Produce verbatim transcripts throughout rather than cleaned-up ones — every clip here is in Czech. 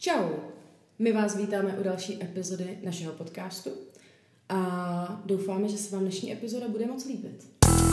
Čau! My vás vítáme u další epizody našeho podcastu a doufáme, že se vám dnešní epizoda bude moc líbit.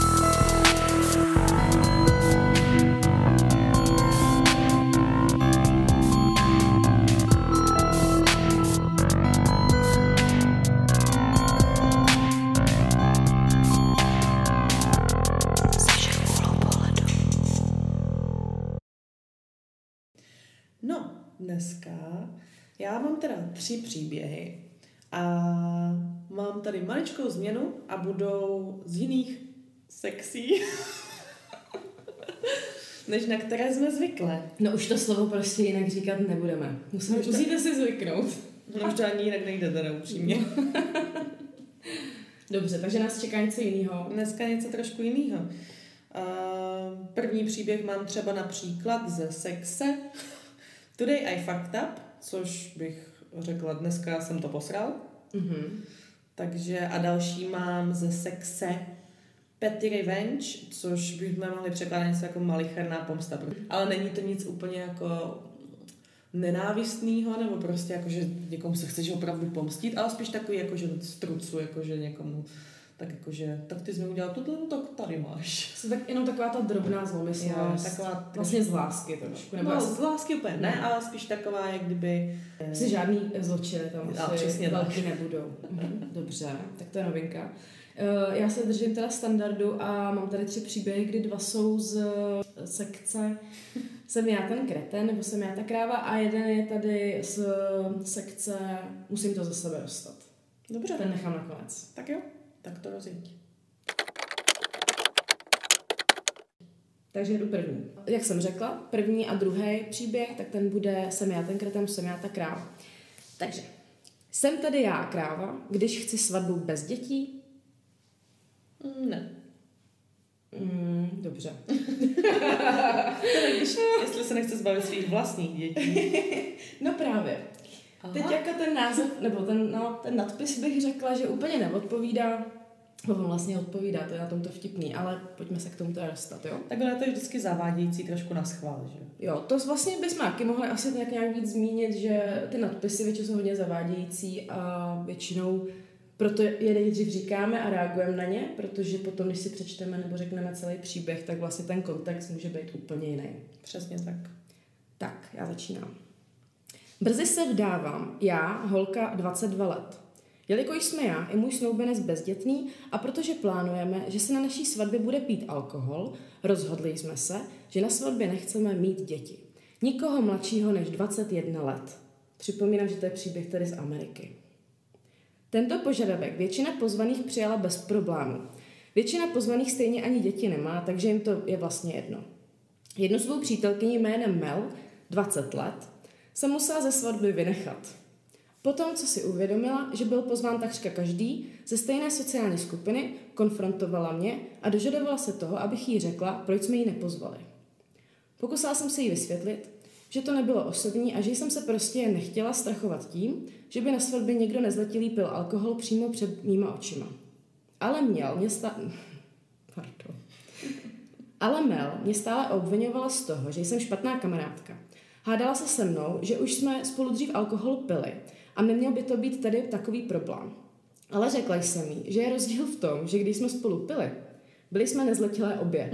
No, dneska já mám teda tři příběhy a mám tady maličkou změnu a budou z jiných sexí, než na které jsme zvyklé. No už to slovo prostě jinak říkat nebudeme. Musíme, No, musíte si zvyknout. No už to ani jinak nejde teda upřímně. Dobře, takže nás čeká něco jiného. Dneska něco trošku jiného. První příběh mám třeba například ze sexe. Today I fucked up, což bych řekla, dneska jsem to posral. Mm-hmm. Takže a další mám ze sexe petty revenge, což bychom mohli překládat něco jako malicherná pomsta. Ale není to nic úplně jako nenávistného, nebo prostě jako, že někomu se chceš opravdu pomstit, ale spíš takový jako, že strucu, jako, že někomu tak jakože, tak ty jsi mi udělal tohle, no tak tady máš. Jsou tak jenom taková ta drobná zlomyslnost. Taková vlastně z lásky trošku. No, z lásky úplně ne, ale spíš taková, jak kdyby... Asi žádný zločiny tam asi velký nebudou. Dobře, tak to je novinka. Já se držím teda standardu a mám tady tři příběhy, kdy dva jsou z sekce Jsem já ten kreten, nebo jsem já ta kráva, a jeden je tady z sekce Musím to za sebe dostat. Dobře. Ten nechám nakonec. Tak jo, tak to rozjeď. Takže jdu první. Jak jsem řekla, první a druhý příběh, tak ten bude Jsem já ten kreten, jsem já ta kráva. Takže, jsem tady já kráva, když chci svatbu bez dětí? Ne. Mm, dobře. když, jestli se nechce zbavit svých vlastních dětí. No právě. Aha. Teď jako ten název, nebo ten, no, ten nadpis bych řekla, že úplně neodpovídá. On vlastně odpovídá, to je na tomto vtipný, ale pojďme se k tomu teda dostat, jo? Tak ono to je vždycky zavádějící trošku na schvál, že? Jo, to vlastně bychom taky mohli asi tak nějak víc zmínit, že ty nadpisy většinou jsou hodně zavádějící a většinou proto je nejdřív říkáme a reagujeme na ně, protože potom, když si přečteme nebo řekneme celý příběh, tak vlastně ten kontext může být úplně jiný. Přesně tak. Tak, já začínám. Brzy se vdávám, já, holka dvacet dva let. Jelikož jsme já i můj snoubenec bezdětný a protože plánujeme, že se na naší svatbě bude pít alkohol, rozhodli jsme se, že na svatbě nechceme mít děti. Nikoho mladšího než dvacet jedna let. Připomínám, že to je příběh tady z Ameriky. Tento požadavek většina pozvaných přijala bez problému. Většina pozvaných stejně ani děti nemá, takže jim to je vlastně jedno. Jednu svou přítelkyni jménem Mel, dvacet let, jsem musela ze svatby vynechat. Potom, co si uvědomila, že byl pozván takřka každý ze stejné sociální skupiny, konfrontovala mě a dožadovala se toho, abych jí řekla, proč jsme ji nepozvali. Pokusila jsem se jí vysvětlit, že to nebylo osobní a že jsem se prostě jen nechtěla strachovat tím, že by na svatbě někdo nezletilý pil alkohol přímo před mýma očima. Ale měl mě stále... Pardon. Ale Mel mě stále obvinovala z toho, že jsem špatná kamarádka. Hádala se se mnou, že už jsme spolu dřív alkohol pili a neměl by to být tedy takový problém. Ale řekla jsem jí, že je rozdíl v tom, že když jsme spolu pili, byli jsme nezletilé obě.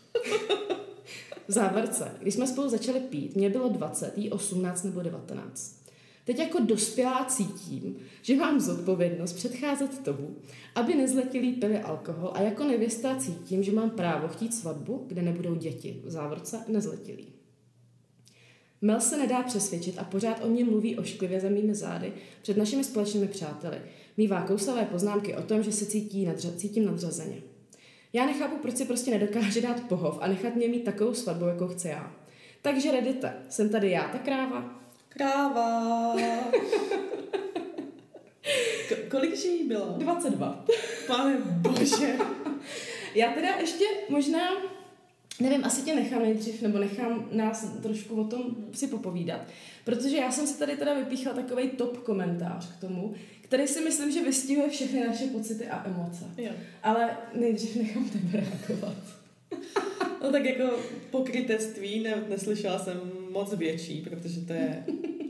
V závorce, když jsme spolu začali pít, mě bylo dvacet, jí osmnáct nebo devatenáct. Teď jako dospělá cítím, že mám zodpovědnost předcházet tomu, aby nezletilí pili alkohol, a jako nevěsta cítím, že mám právo chtít svatbu, kde nebudou děti. V závorce nezletilí. Mel se nedá přesvědčit a pořád o mě mluví ošklivě za mými zády před našimi společnými přáteli. Mívá kousavé poznámky o tom, že se cítí nadřa- cítím nadřazeně. Já nechápu, proč si prostě nedokáže dát pohov a nechat mě mít takovou svatbu, jako chci já. Takže Reddite, jsem tady já, ta kráva? Kráva! K- kolik jí bylo? dvacet dva. Pane bože. Já teda ještě možná, nevím, asi tě nechám nejdřív, nebo nechám nás trošku o tom si popovídat, protože já jsem si tady teda vypíchala takovej top komentář k tomu, který si myslím, že vystihuje všechny naše pocity a emoce. Jo. Ale nejdřív nechám tebe reagovat. No tak jako pokrytectví ne, neslyšela jsem moc větší, protože to je... No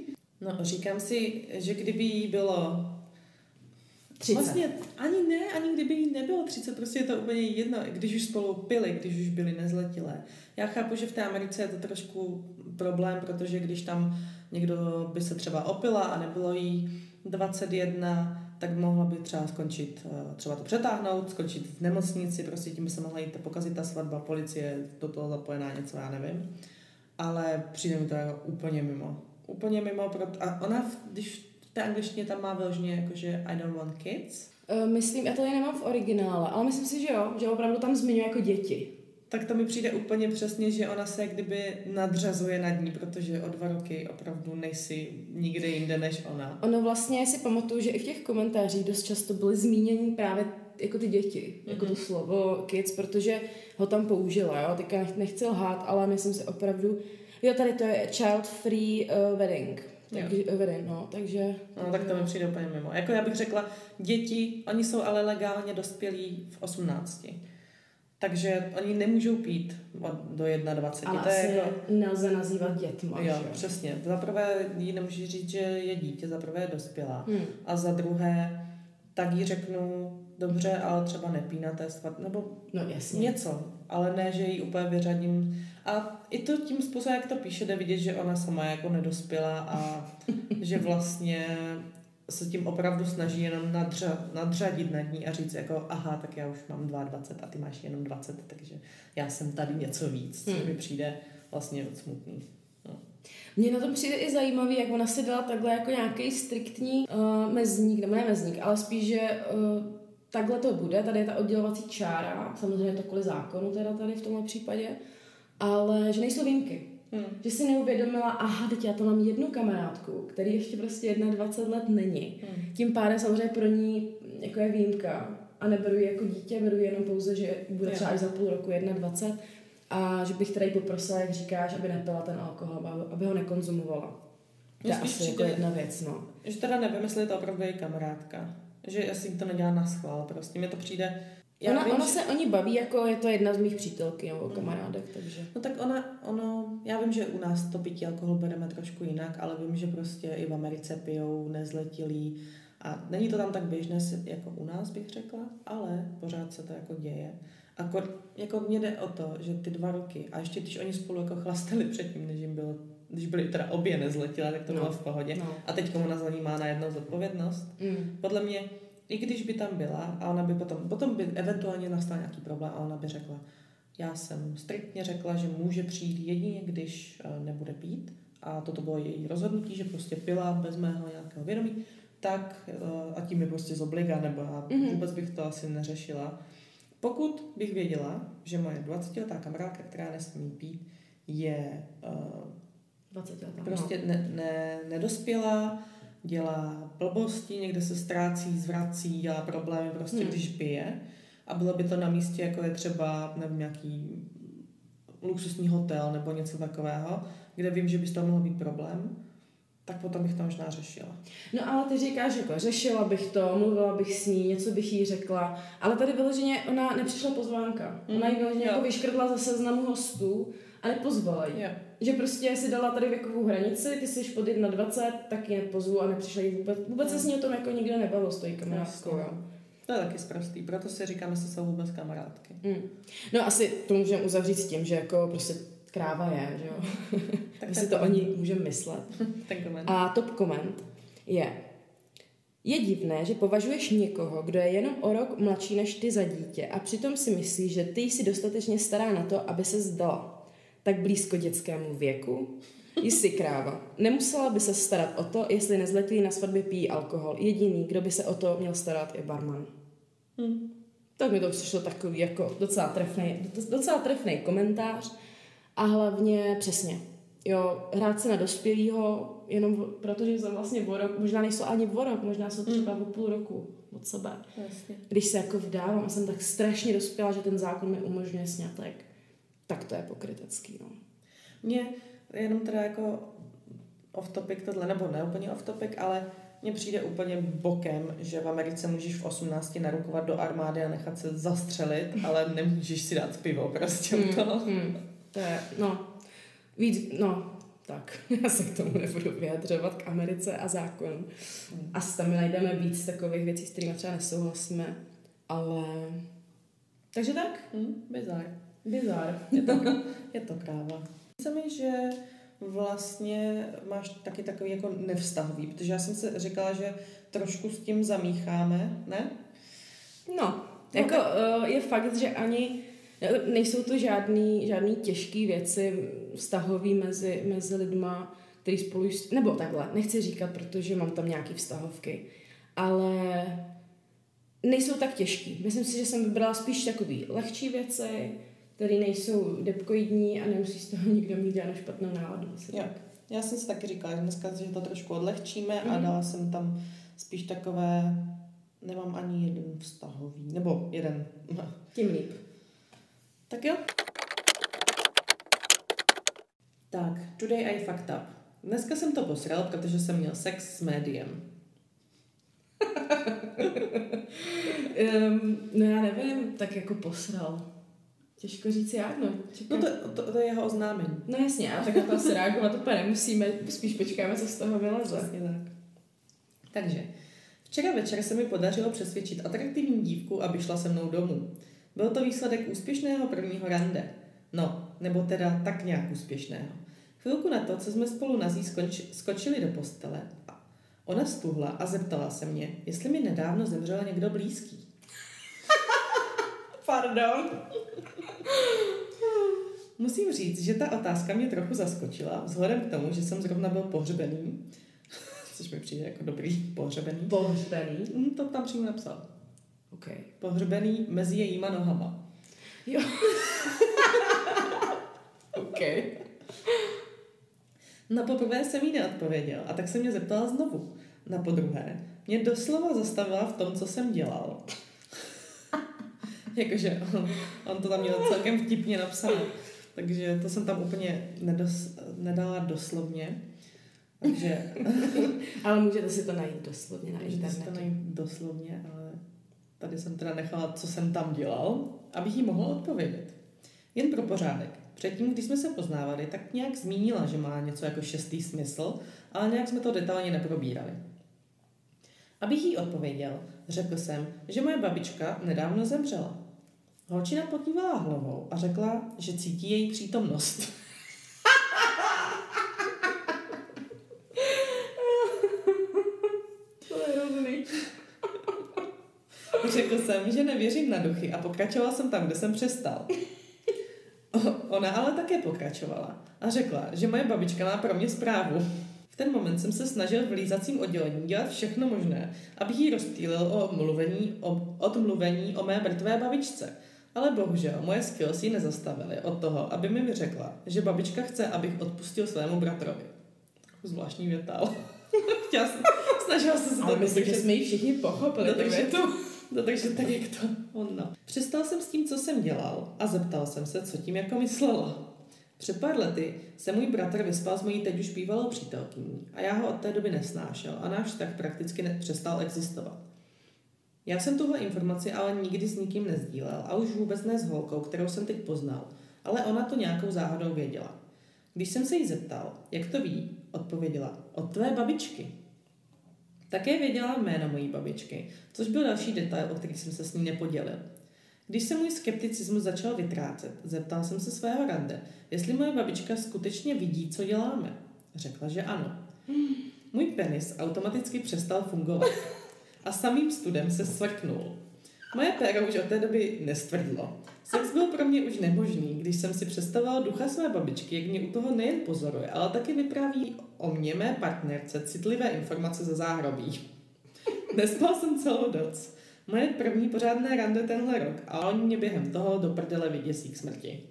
No, říkám si, že kdyby jí bylo třicet. Vlastně ani ne, ani kdyby jí nebylo třicet, prostě je to úplně jedno, když už spolu pili, když už byli nezletilé. Já chápu, že v té Americe je to trošku problém, protože když tam někdo by se třeba opila a nebylo jí dvacet jedna, tak mohla by třeba skončit, třeba to přetáhnout, skončit v nemocnici, prostě tím by se mohla jít pokazit ta svatba, policie do toho zapojená, něco, já nevím. Ale přijde mi to jako úplně mimo. Úplně mimo, proto, a ona, když v té angličtině tam má vyloženě jakože I don't want kids. Uh, myslím, já to je nemám v originále, ale myslím si, že jo, že opravdu tam zmiňuje jako děti. Tak to mi přijde úplně přesně, že ona se kdyby nadřazuje nad ní, protože o dva roky opravdu nejsi nikde jinde než ona. Ono vlastně, si pamatuju, že i v těch komentářích dost často byly zmíněny právě jako ty děti, mm-hmm. jako to slovo kids, protože ho tam použila, jo, teďka nechci lhát, ale myslím si opravdu, jo, tady to je child free uh, wedding. Takže, wedding, no, takže... No, tak to mi přijde úplně mimo. Jako já bych řekla, děti, oni jsou ale legálně dospělí v osmnácti. Takže oni nemůžou pít do dvacet jedna. Ale to je asi jako... nelze nazývat dětma. Jo, že? Přesně. Za prvé jí nemůžeš říct, že je dítě, za prvé je dospělá. Hmm. A za druhé, tak jí řeknu, dobře, ale třeba nepí na té svatbě, nebo no, jasně. něco. Ale ne, že jí úplně vyřadím. A i to tím způsobem, jak to píše, jde vidět, že ona sama je jako nedospělá a že vlastně se tím opravdu snaží jenom nadřa, nadřadit nad ní a říct jako aha, tak já už mám dvacet dva a ty máš jenom dvacet, takže já jsem tady něco víc, což hmm. mi přijde vlastně smutný. No. Mně na tom přijde i zajímavý, jak ona si dala takhle jako nějaký striktní uh, mezník, nebo ne mezník, ale spíš, že uh, takhle to bude, tady je ta oddělovací čára, samozřejmě to kvůli zákonu teda tady v tomhle případě, ale že nejsou výjimky. Hmm. Že si neuvědomila, aha, teď já to mám jednu kamarádku, který ještě prostě dvacet jedna let není. Hmm. Tím pádem samozřejmě pro ní jako je výjimka a neberu ji jako dítě, beru ji jenom pouze, že bude třeba až za půl roku dvacet jedna a že bych teda jí poprosila, jak říkáš, aby nepila ten alkohol, aby ho nekonzumovala. To je asi jako jedna věc, no. Že teda nevím, jestli je to opravdu její kamarádka. Že asi to nedělá na schvál, prostě mi to přijde... Já ona vím, ona že... se o ní baví, jako je to jedna z mých přítelky nebo kamarádek, takže... No tak ona, ono, já vím, že u nás to pití alkohol bereme trošku jinak, ale vím, že prostě i v Americe pijou nezletilí a není to tam tak běžné jako u nás, bych řekla, ale pořád se to jako děje. A jako mně jde o to, že ty dva roky, a ještě když oni spolu jako chlastali předtím, než jim bylo, když byli teda obě nezletilé, tak to no. bylo v pohodě. No. A teď ona za ní má najednou zodpovědnost. Mm. Podle mě i když by tam byla a ona by potom, potom by eventuálně nastal nějaký problém a ona by řekla, já jsem striktně řekla, že může přijít jedině, když nebude pít a toto bylo její rozhodnutí, že prostě pila bez mého nějakého vědomí, tak a tím je prostě z obliga, nebo já mm-hmm. vůbec bych to asi neřešila. Pokud bych věděla, že moje dvacetiletá kamarádka, která nesmí pít, je uh, prostě ne, ne, nedospělá, dělá blbosti, někde se ztrácí, zvrací, dělá problémy prostě, hmm. když pije. A bylo by to na místě, jako je třeba, nevím, nějaký luxusní hotel nebo něco takového, kde vím, že by z toho mohl být problém, tak potom bych to možná řešila. No ale ty říkáš, jako řešila bych to, mluvila bych s ní, něco bych jí řekla, ale tady vyloženě ona nepřišla pozvánka. Hmm. Ona jí vyloženě jako vyškrtla ze seznamu hostů a nepozvala jí. Jo. Že prostě si dala tady věkovou hranici, ty jsi pod dvacet jedna, tak ji nepozvu a nepřišla jí vůbec. Vůbec se s ní o tom jako nikdo nebavil s tou kamarádkou. To je taky sprostý, proto si říkáme, že jsou vůbec kamarádky. Hmm. No asi to můžeme uzavřít s tím, že jako prostě kráva je, že jo. Tak si to o ní můžeme myslet. Ten koment. A top koment je: je divné, že považuješ někoho, kdo je jenom o rok mladší než ty za dítě a přitom si myslíš, že ty jsi dostatečně stará na to, aby se zdala. Tak blízko dětskému věku? Jsi kráva. Nemusela by se starat o to, jestli nezletilí na svatbě pijí alkohol. Jediný, kdo by se o to měl starat, je barman. Hmm. Tak mi to přišlo takový jako docela trefnej, docela trefnej komentář a hlavně přesně. Jo, hrát se na dospělýho jenom protože jsem vlastně o rok, možná nejsou ani o rok, možná jsou třeba o půl roku od sebe. Jasně. Když se jako vdávám a jsem tak strašně dospěla, že ten zákon mi umožňuje sňatek, tak to je pokrytecký, no. Mně jenom teda jako off topic tohle, nebo ne úplně off topic, ale mně přijde úplně bokem, že v Americe můžeš v osmnácti narukovat do armády a nechat se zastřelit, ale nemůžeš si dát pivo prostě hmm, to. Hmm, to je, no, víc, no, Tak, já se k tomu nebudu vyjadřovat, k Americe a zákonu. Hmm. Asi tam najdeme víc takových věcí, s kterými třeba nesouhlasíme, ale... Takže tak? Hmm, bizar. Bizar. Je to, je to kráva. Myslím mi, že vlastně máš taky takový jako nevztahový, protože já jsem se říkala, že trošku s tím zamícháme, ne? No, no jako tak... je fakt, že ani nejsou to žádný, žádný těžký věci vztahový mezi, mezi lidma, který spolu, nebo takhle, nechci říkat, protože mám tam nějaký vztahovky, ale nejsou tak těžký. Myslím si, že jsem vybrala spíš takový lehčí věci, které nejsou depkoidní a nemusí z toho nikdo mít žádnou špatnou náladu. Jo. Já jsem si taky říkala, že dneska že to trošku odlehčíme mm. a dala jsem tam spíš takové, nemám ani jeden vztahový, nebo jeden. Tím líp. Tak jo. Tak, today I fucked up. Dneska jsem to posral, protože jsem měl sex s médiem. um, no já nevím, tak jako posral. Těžko říct jak, no. Čekaj. No to, to, to je jeho oznámení. No jasně, a tak na to asi reagovat úplně nemusíme, spíš počkáme, co z toho vyleze. Přesně tak. Takže, včera večer se mi podařilo přesvědčit atraktivní dívku, aby šla se mnou domů. Byl to výsledek úspěšného prvního rande. No, nebo teda tak nějak úspěšného. Chvilku na to, co jsme spolu nazí skonč, skočili do postele, ona stuhla a zeptala se mě, jestli mi nedávno zemřel někdo blízký. Pardon. Musím říct, že ta otázka mě trochu zaskočila, vzhledem k tomu, že jsem zrovna byl pohřbený, což mi přijde jako dobrý pohřbený. Pohřbený? Mm, to tam přímo napsal. Okay. Pohřbený mezi jejíma nohama. Jo. OK. Na poprvé jsem jí neodpověděl a tak se mě zeptala znovu. Na podruhé mě doslova zastavila v tom, co jsem dělal. Jakože on, on to tam měl celkem vtipně napsané. Takže to jsem tam úplně nedos, nedala doslovně. Takže... ale můžete si to najít doslovně na internetu. Můžete si to najít doslovně, ale tady jsem teda nechala, co jsem tam dělal, abych jí mohla odpovědět. Jen pro pořádek. Předtím, když jsme se poznávali, tak nějak zmínila, že má něco jako šestý smysl, ale nějak jsme to detailně neprobírali. Abych jí odpověděl, řekl jsem, že moje babička nedávno zemřela. Holčina pokývala hlavou a řekla, že cítí její přítomnost. To je hrozný. Řekl jsem, že nevěřím na duchy a pokračoval jsem tam, kde jsem přestal. Ona ale také pokračovala a řekla, že moje babička má pro mě zprávu. V ten moment jsem se snažil v lízacím oddělení dělat všechno možné, abych jí rozptýlil o mluvení, o, od mluvení o mé mrtvé babičce. Ale bohužel moje skills ji nezastavily od toho, aby mi vyřekla, že babička chce, abych odpustil svému bratrovi. Zvláštní věta, ale chtěla jsem, snažila jsem se to... Ale myslím, že jsme ji všichni pochopili. No, takže, to, no, takže tak, jak to ono. Přestal jsem s tím, co jsem dělal a zeptal jsem se, co tím jako myslela. Před pár lety se můj bratr vyspal s mojí teď už bývalou přítelkyní a já ho od té doby nesnášel a náš vztah prakticky přestal existovat. Já jsem tuhle informaci ale nikdy s nikým nezdílel a už vůbec ne s holkou, kterou jsem teď poznal, ale ona to nějakou záhadou věděla. Když jsem se jí zeptal, jak to ví, odpověděla, od tvé babičky. Také věděla jméno mojí babičky, což byl další detail, o který jsem se s ní nepodělil. Když se můj skepticismus začal vytrácet, zeptal jsem se svého rande, jestli moje babička skutečně vidí, co děláme. Řekla, že ano. Můj penis automaticky přestal fungovat a samým studem se svrknul. Moje péro už od té doby nestvrdlo. Sex byl pro mě už nemožný, když jsem si představovala ducha své babičky, jak mě u toho nejen pozoruje, ale taky vypráví o mě, mé partnerce, citlivé informace ze záhrobí. Nespal jsem celou noc. Moje první pořádné rande tenhle rok a oni mě během toho do prdele vyděsí k smrti.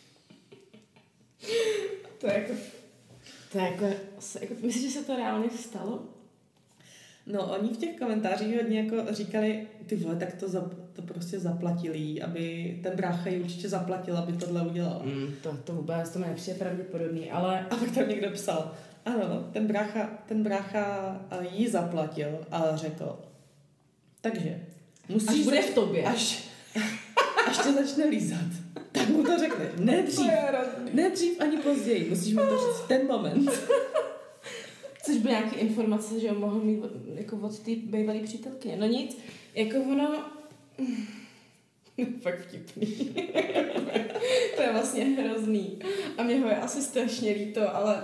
To je jako... To je jako... jako myslíš, že se to reálně stalo? No, oni v těch komentářích hodně jako říkali, ty vole, tak to, za, to prostě zaplatili, aby ten brácha ji určitě zaplatil, aby tohle udělal. Mm, to, to vůbec, to mi nepřijde pravděpodobný, ale... A pak tam někdo psal, ano, ten brácha, ten brácha jí zaplatil a řekl, takže musíš... Až bude v tobě. Až, až tě začne lízat, tak tak mu to řekneš. Ne dřív. Ne dřív ani později. Musíš mu to říct v ten moment. Což by nějaký informace, že on mohl mít jako od té bývalé přítelkyně. No nic, jako ono... Fakt vtipný. To je vlastně hrozný. A mě ho je asi strašně líto, ale...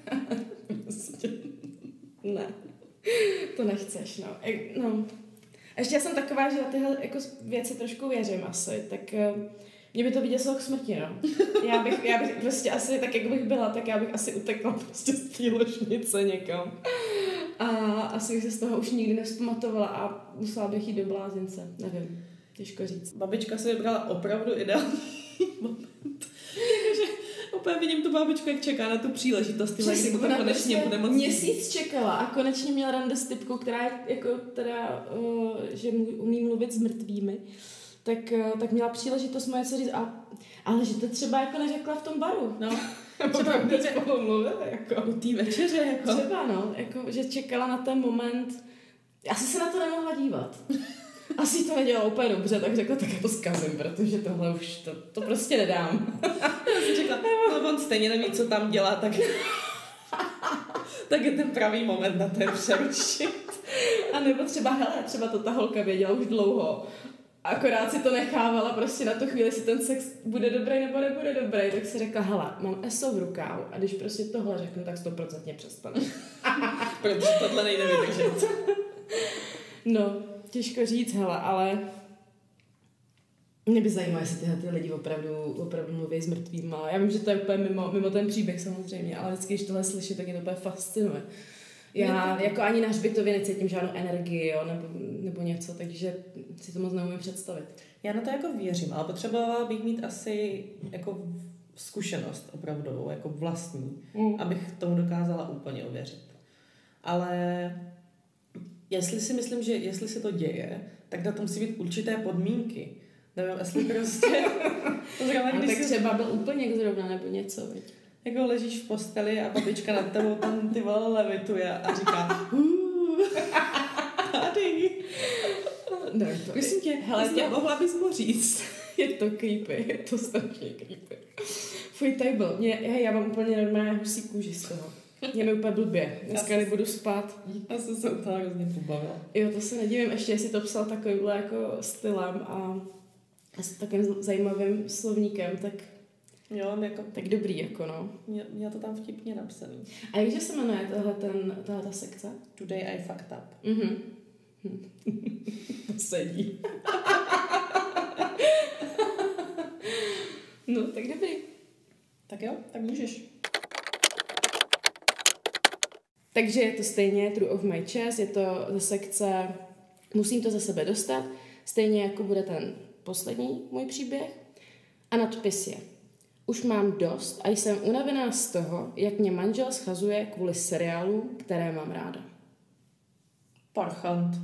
ne. To nechceš, no. E, no. A ještě já jsem taková, že na tyhle jako věci trošku věřím asi, tak mě by to vyděsilo k smrti, no. Já bych, já bych prostě asi, tak jak bych byla, tak já bych asi utekla prostě z té ložnice někam. A asi bych se z toho už nikdy nevzpamatovala a musela bych jít do blázince, nevím. Těžko říct. Babička si vybrala opravdu ideální moment. Jakože úplně vidím tu babičku, jak čeká na tu příležitost, tyhle, kdy mu to konečně bude moc. Měsíc čekala a konečně měla rande s typkou, která je jako teda, uh, že umí mluvit s mrtvými, tak, uh, tak měla příležitost mu něco říct. A, ale že to třeba jako neřekla v tom baru, no. Třeba by spolu mluvili, jako. U té večeře, jako. Třeba, no, jako, že čekala na ten moment. Asi se na to nemohla dívat. Asi to nedělalo úplně dobře, tak řekla, tak já to zkazím, protože tohle už, to, to prostě nedám. Já jsem řekla, no on stejně neví, co tam dělá, tak, tak je ten pravý moment na to přerušit. A nebo třeba, hele, třeba to ta holka věděla už dlouho, akorát si to nechávala prostě na tu chvíli, jestli ten sex bude dobrý nebo nebude dobrý, tak si řekla, hele, mám eso v rukávu a když prostě tohle řeknu, tak stoprocentně přestanu. Protože tohle nejde vydržet. No, těžko říct, hele, ale mě by zajímalo, jestli tyhle ty lidi opravdu, opravdu mluví s mrtvýma. Já vím, že to je úplně mimo, mimo ten příběh samozřejmě, ale vždycky, když tohle slyším, tak mě to úplně fascinuje. Já jako ani na hřbitově necítím žádnou energii, jo, nebo, nebo něco, takže si to moc neumím představit. Já na to jako věřím, ale potřebovala bych mít asi jako zkušenost opravdu, jako vlastní, mm. abych tomu dokázala úplně uvěřit. Ale jestli si myslím, že jestli se to děje, tak na to musí být určité podmínky. Nevím, jestli prostě... Zrovna, tak si... třeba byl úplně zrovna nebo něco, veď. Jako ležíš v posteli a babička nad tebou tam ty vole levituje a říká tady. No, to Myslím tě, hele, to... mohla bys mu říct. Je to creepy, je to strašně creepy. Fuj, table. Mě, já mám úplně normálně husí kůži z toho. Mě mi úplně blbě. Dneska nebudu spát. Já jsem se úplně hrozně pobavila. Jo, to se nedivím. Ještě jestli to psal takovýmhle jako stylem a s takovým zajímavým slovníkem, tak jo, jako... tak dobrý, jako no. Mě, mě to tam vtipně napsaný. A jakže se jmenuje tohle ten, tahle ta sekce? Today I fucked up. Mhm. To sedí. No, tak dobrý. Tak jo, tak můžeš. Takže je to stejně True of My Chest, je to ze sekce Musím to ze sebe dostat, stejně jako bude ten poslední můj příběh. A nadpis je: Už mám dost a jsem unavená z toho, jak mě manžel schazuje kvůli seriálu, které mám ráda. Parchant.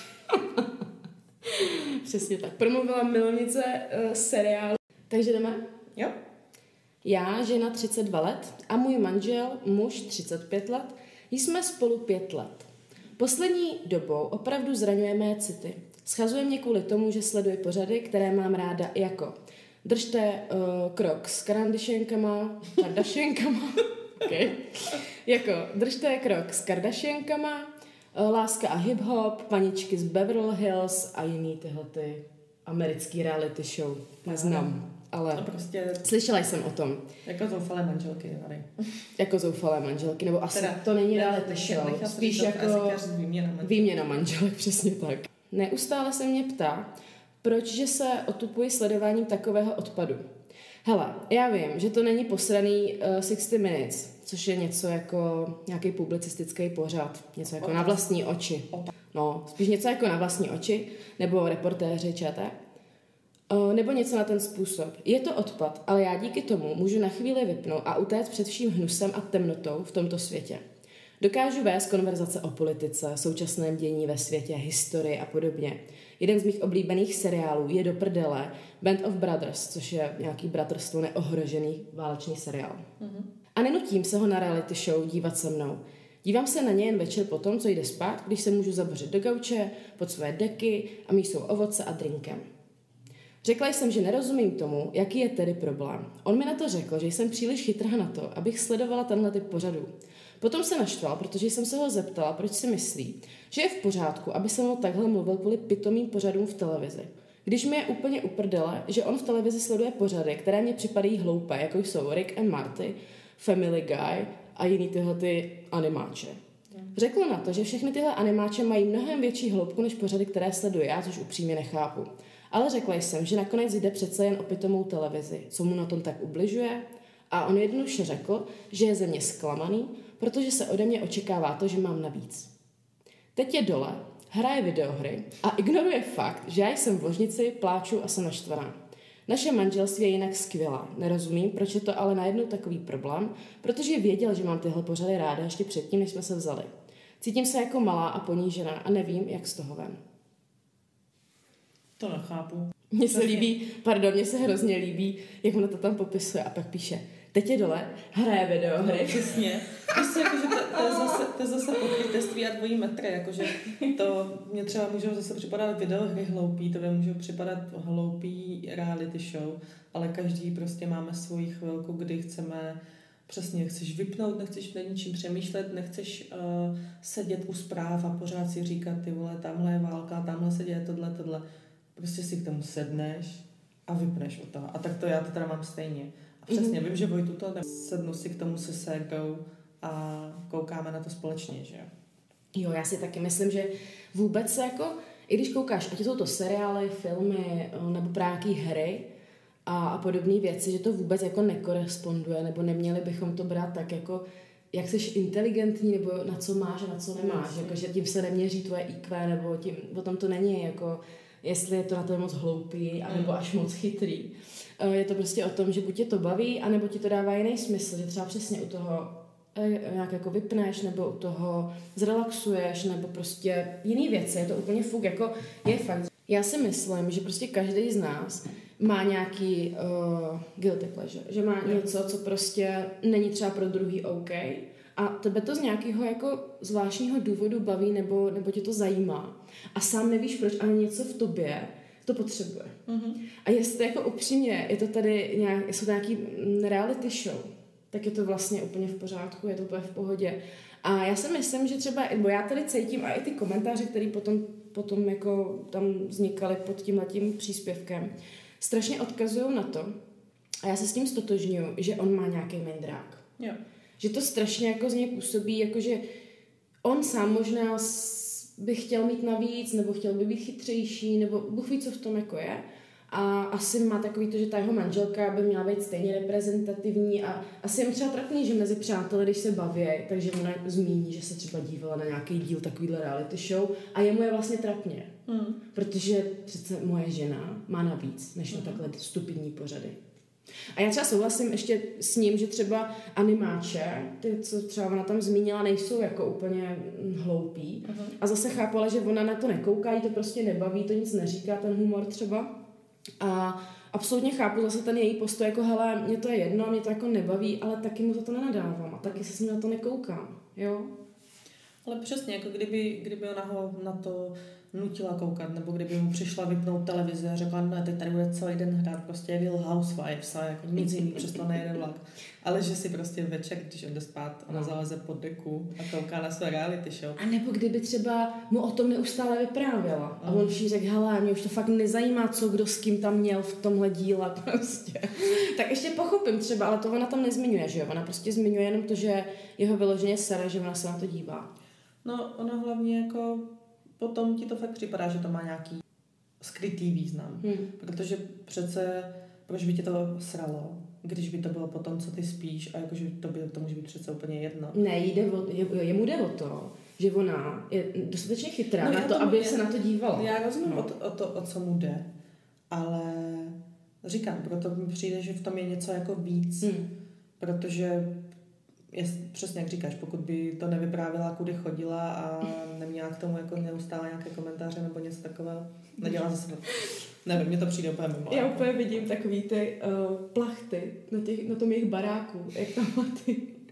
Přesně tak. Promluvila milovnice uh, seriálu. Takže jdeme? Jo. Já, žena třicet dva let a můj manžel, muž třicet pět let, jsme spolu pět let. Poslední dobou opravdu zraňuje mé city. Schazuje mě kvůli tomu, že sleduje pořady, které mám ráda jako Držte uh, krok s Kardashiankama, Kardashiankama, okay. jako Držte krok s Kardashiankama, uh, Láska a hip-hop, Paničky z Beverly Hills a jiný tyhle ty americký reality show. Neznám, ale to prostě... slyšela jsem o tom. Jako zoufalé manželky, nevím. Jako zoufalé manželky, nebo asi teda, to není reality show, spíš jako výměna manželek. výměna manželek, přesně tak. Neustále se mě ptá, proč že se otupuji sledováním takového odpadu. Hele, já vím, že to není posraný uh, šedesát minutes, což je něco jako nějaký publicistický pořad, něco jako Otas. Na vlastní oči. Otas. No, spíš něco jako na vlastní oči, nebo reportéři ČT. Uh, nebo něco na ten způsob. Je to odpad, ale já díky tomu můžu na chvíli vypnout a utéct před vším hnusem a temnotou v tomto světě. Dokážu vést konverzace o politice, současném dění ve světě, historii a podobně. Jeden z mých oblíbených seriálů je do prdele Band of Brothers, což je nějaký bratrstvo neohrožený válečný seriál. Mm-hmm. A nenutím se ho na reality show dívat se mnou. Dívám se na ně jen večer po tom, co jde spát, když se můžu zabořit do gauče, pod své deky a mísou ovoce a drinkem. Řekla jsem, že nerozumím tomu, jaký je tedy problém. On mi na to řekl, že jsem příliš chytrá na to, abych sledovala tenhle typ pořadů. Potom se naštval, protože jsem se ho zeptala, proč si myslí, že je v pořádku, aby se mnou takhle mluvil kvůli pitomým pořadům v televizi. Když mi je úplně uprdele, že on v televizi sleduje pořady, které mě připadají hloupé, jako jsou Rick and Morty, Family Guy a jiný tyhle ty animáče. Řekl na to, že všechny tyhle animáče mají mnohem větší hloubku než pořady, které sleduji já, což upřímně nechápu. Ale řekla jsem, že nakonec jde přece jen o pitomou televizi, co mu na tom tak ubližuje. A on jednoduše řekl, že je ze mě zklamaný, protože se ode mě očekává to, že mám navíc. Teď je dole, hraje videohry a ignoruje fakt, že já jsem v ložnici, pláču a jsem naštvaná. Naše manželství je jinak skvělá. Nerozumím, proč je to ale najednou takový problém, protože věděl, že mám tyhle pořady ráda ještě předtím, než jsme se vzali. Cítím se jako malá a ponížená a nevím, jak z toho ven. To nechápu. Mně se líbí, pardon, mně se hrozně líbí, jak ona to tam popisuje a pak píše, teď je dole, hraje videohry. No, přesně. Víš, jakože to, to, je zase, to je zase pokrytectví a dvojí metry, jakože to mě třeba můžou zase připadat videohry hloupý, to můžou připadat hloupý reality show, ale každý prostě máme svoji chvilku, kdy chceme přesně, chceš vypnout, nechceš nad ničím přemýšlet, nechceš uh, sedět u zpráv a pořád si říkat, ty vole, tamhle je válka, tamhle se děje tohle, tohle. Prostě si k tomu sedneš a vypneš od toho. A tak to já to teda mám stejně. A přesně, mm-hmm. vím, že Vojtu to sednu si k tomu se ségou a koukáme na to společně, že jo? Jo, já si taky myslím, že vůbec se jako, i když koukáš, ať jsou to seriály, filmy nebo právě nějaký hry a, a podobné věci, že to vůbec jako nekoresponduje, nebo neměli bychom to brát tak jako, jak jsi inteligentní, nebo na co máš a na co nemáš. Jako, že tím se neměří tvoje í kvé, nebo tím, potom to není jako, jestli je to na to moc hloupý, anebo až moc chytrý. Je to prostě o tom, že buď tě to baví, anebo ti to dává jiný smysl, že třeba přesně u toho nějak jako vypneš, nebo u toho zrelaxuješ, nebo prostě jiný věci. Je to úplně fuk, jako je fakt. Já si myslím, že prostě každý z nás má nějaký uh, guilty pleasure, že má něco, co prostě není třeba pro druhý OK a tebe to z nějakého jako zvláštního důvodu baví nebo, nebo tě to zajímá a sám nevíš proč, ale něco v tobě to potřebuje. Mm-hmm. A jestli jako upřímně je to tady nějak, jsou to nějaký reality show, tak je to vlastně úplně v pořádku, je to úplně v pohodě. A já si myslím, že třeba, bo já tady cítím a i ty komentáře, které potom, potom jako tam vznikaly pod tímhletím příspěvkem, strašně odkazují na to, a já se s tím stotožňuju, že on má nějaký mindrák. Jo. Že to strašně jako z něj působí, jakože on sám možná by chtěl mít navíc, nebo chtěl by být chytřejší, nebo Bůh ví, co v tom jako je. A asi má takový to, že ta jeho manželka by měla být stejně reprezentativní a asi je mu třeba trapný, že mezi přáteli, když se baví, takže ona zmíní, že se třeba dívala na nějaký díl takovýhle reality show a jemu je vlastně trapně. Mm. Protože přece moje žena má navíc, než na takhle stupidní pořady. A já třeba souhlasím ještě s ním, že třeba animáče, ty, co třeba ona tam zmínila, nejsou jako úplně hloupí. Uh-huh. A zase chápu, ale že ona na to nekouká, jí to prostě nebaví, to nic neříká, ten humor třeba. A absolutně chápu zase ten její postoj, jako hele, mě to je jedno, mě to jako nebaví, ale taky mu za to nenadávám a taky se s ním na to nekoukám, jo? Ale přesně, jako kdyby, kdyby ona ho na to nutila koukat, nebo kdyby mu přišla vypnout televizi a řekla, ne, teď tady bude celý den hrát prostě Real Housewives a jako nic jiný, přesto nejede vlak. Ale že si prostě večer, když on jde spát, ona zaleze pod deku a kouká na své reality show. A nebo kdyby třeba mu o tom neustále vyprávěla a on si řekl, hele, mě už to fakt nezajímá, co kdo s kým tam měl v tomhle díle prostě. Tak ještě pochopím třeba, ale to ona tam nezmiňuje, že jo? Ona prostě zmiňuje jenom to, že jeho vyloženě sere, že ona se na to dívá. No, ona hlavně jako potom ti to fakt připadá, že to má nějaký skrytý význam. Hmm. Protože přece, proč by tě to sralo, když by to bylo po tom, co ty spíš a jakože to, by, to může být přece úplně jedno. Ne, jde o, je, jemu jde o to, že ona je dostatečně chytrá no, na to, tomu, aby je, se na to dívala. Já rozumím no. o, to, o to, o co mu jde, ale říkám, proto mi přijde, že v tom je něco jako víc, hmm. protože je, přesně jak říkáš, pokud by to nevyprávila, kudy chodila a neměla k tomu jako neustále nějaké komentáře nebo něco takového, nedělá zase. Nevím, mně to přijde úplně mimo. Já úplně vidím takový ty uh, plachty na, těch, na tom jejich baráku, jak tam má ty,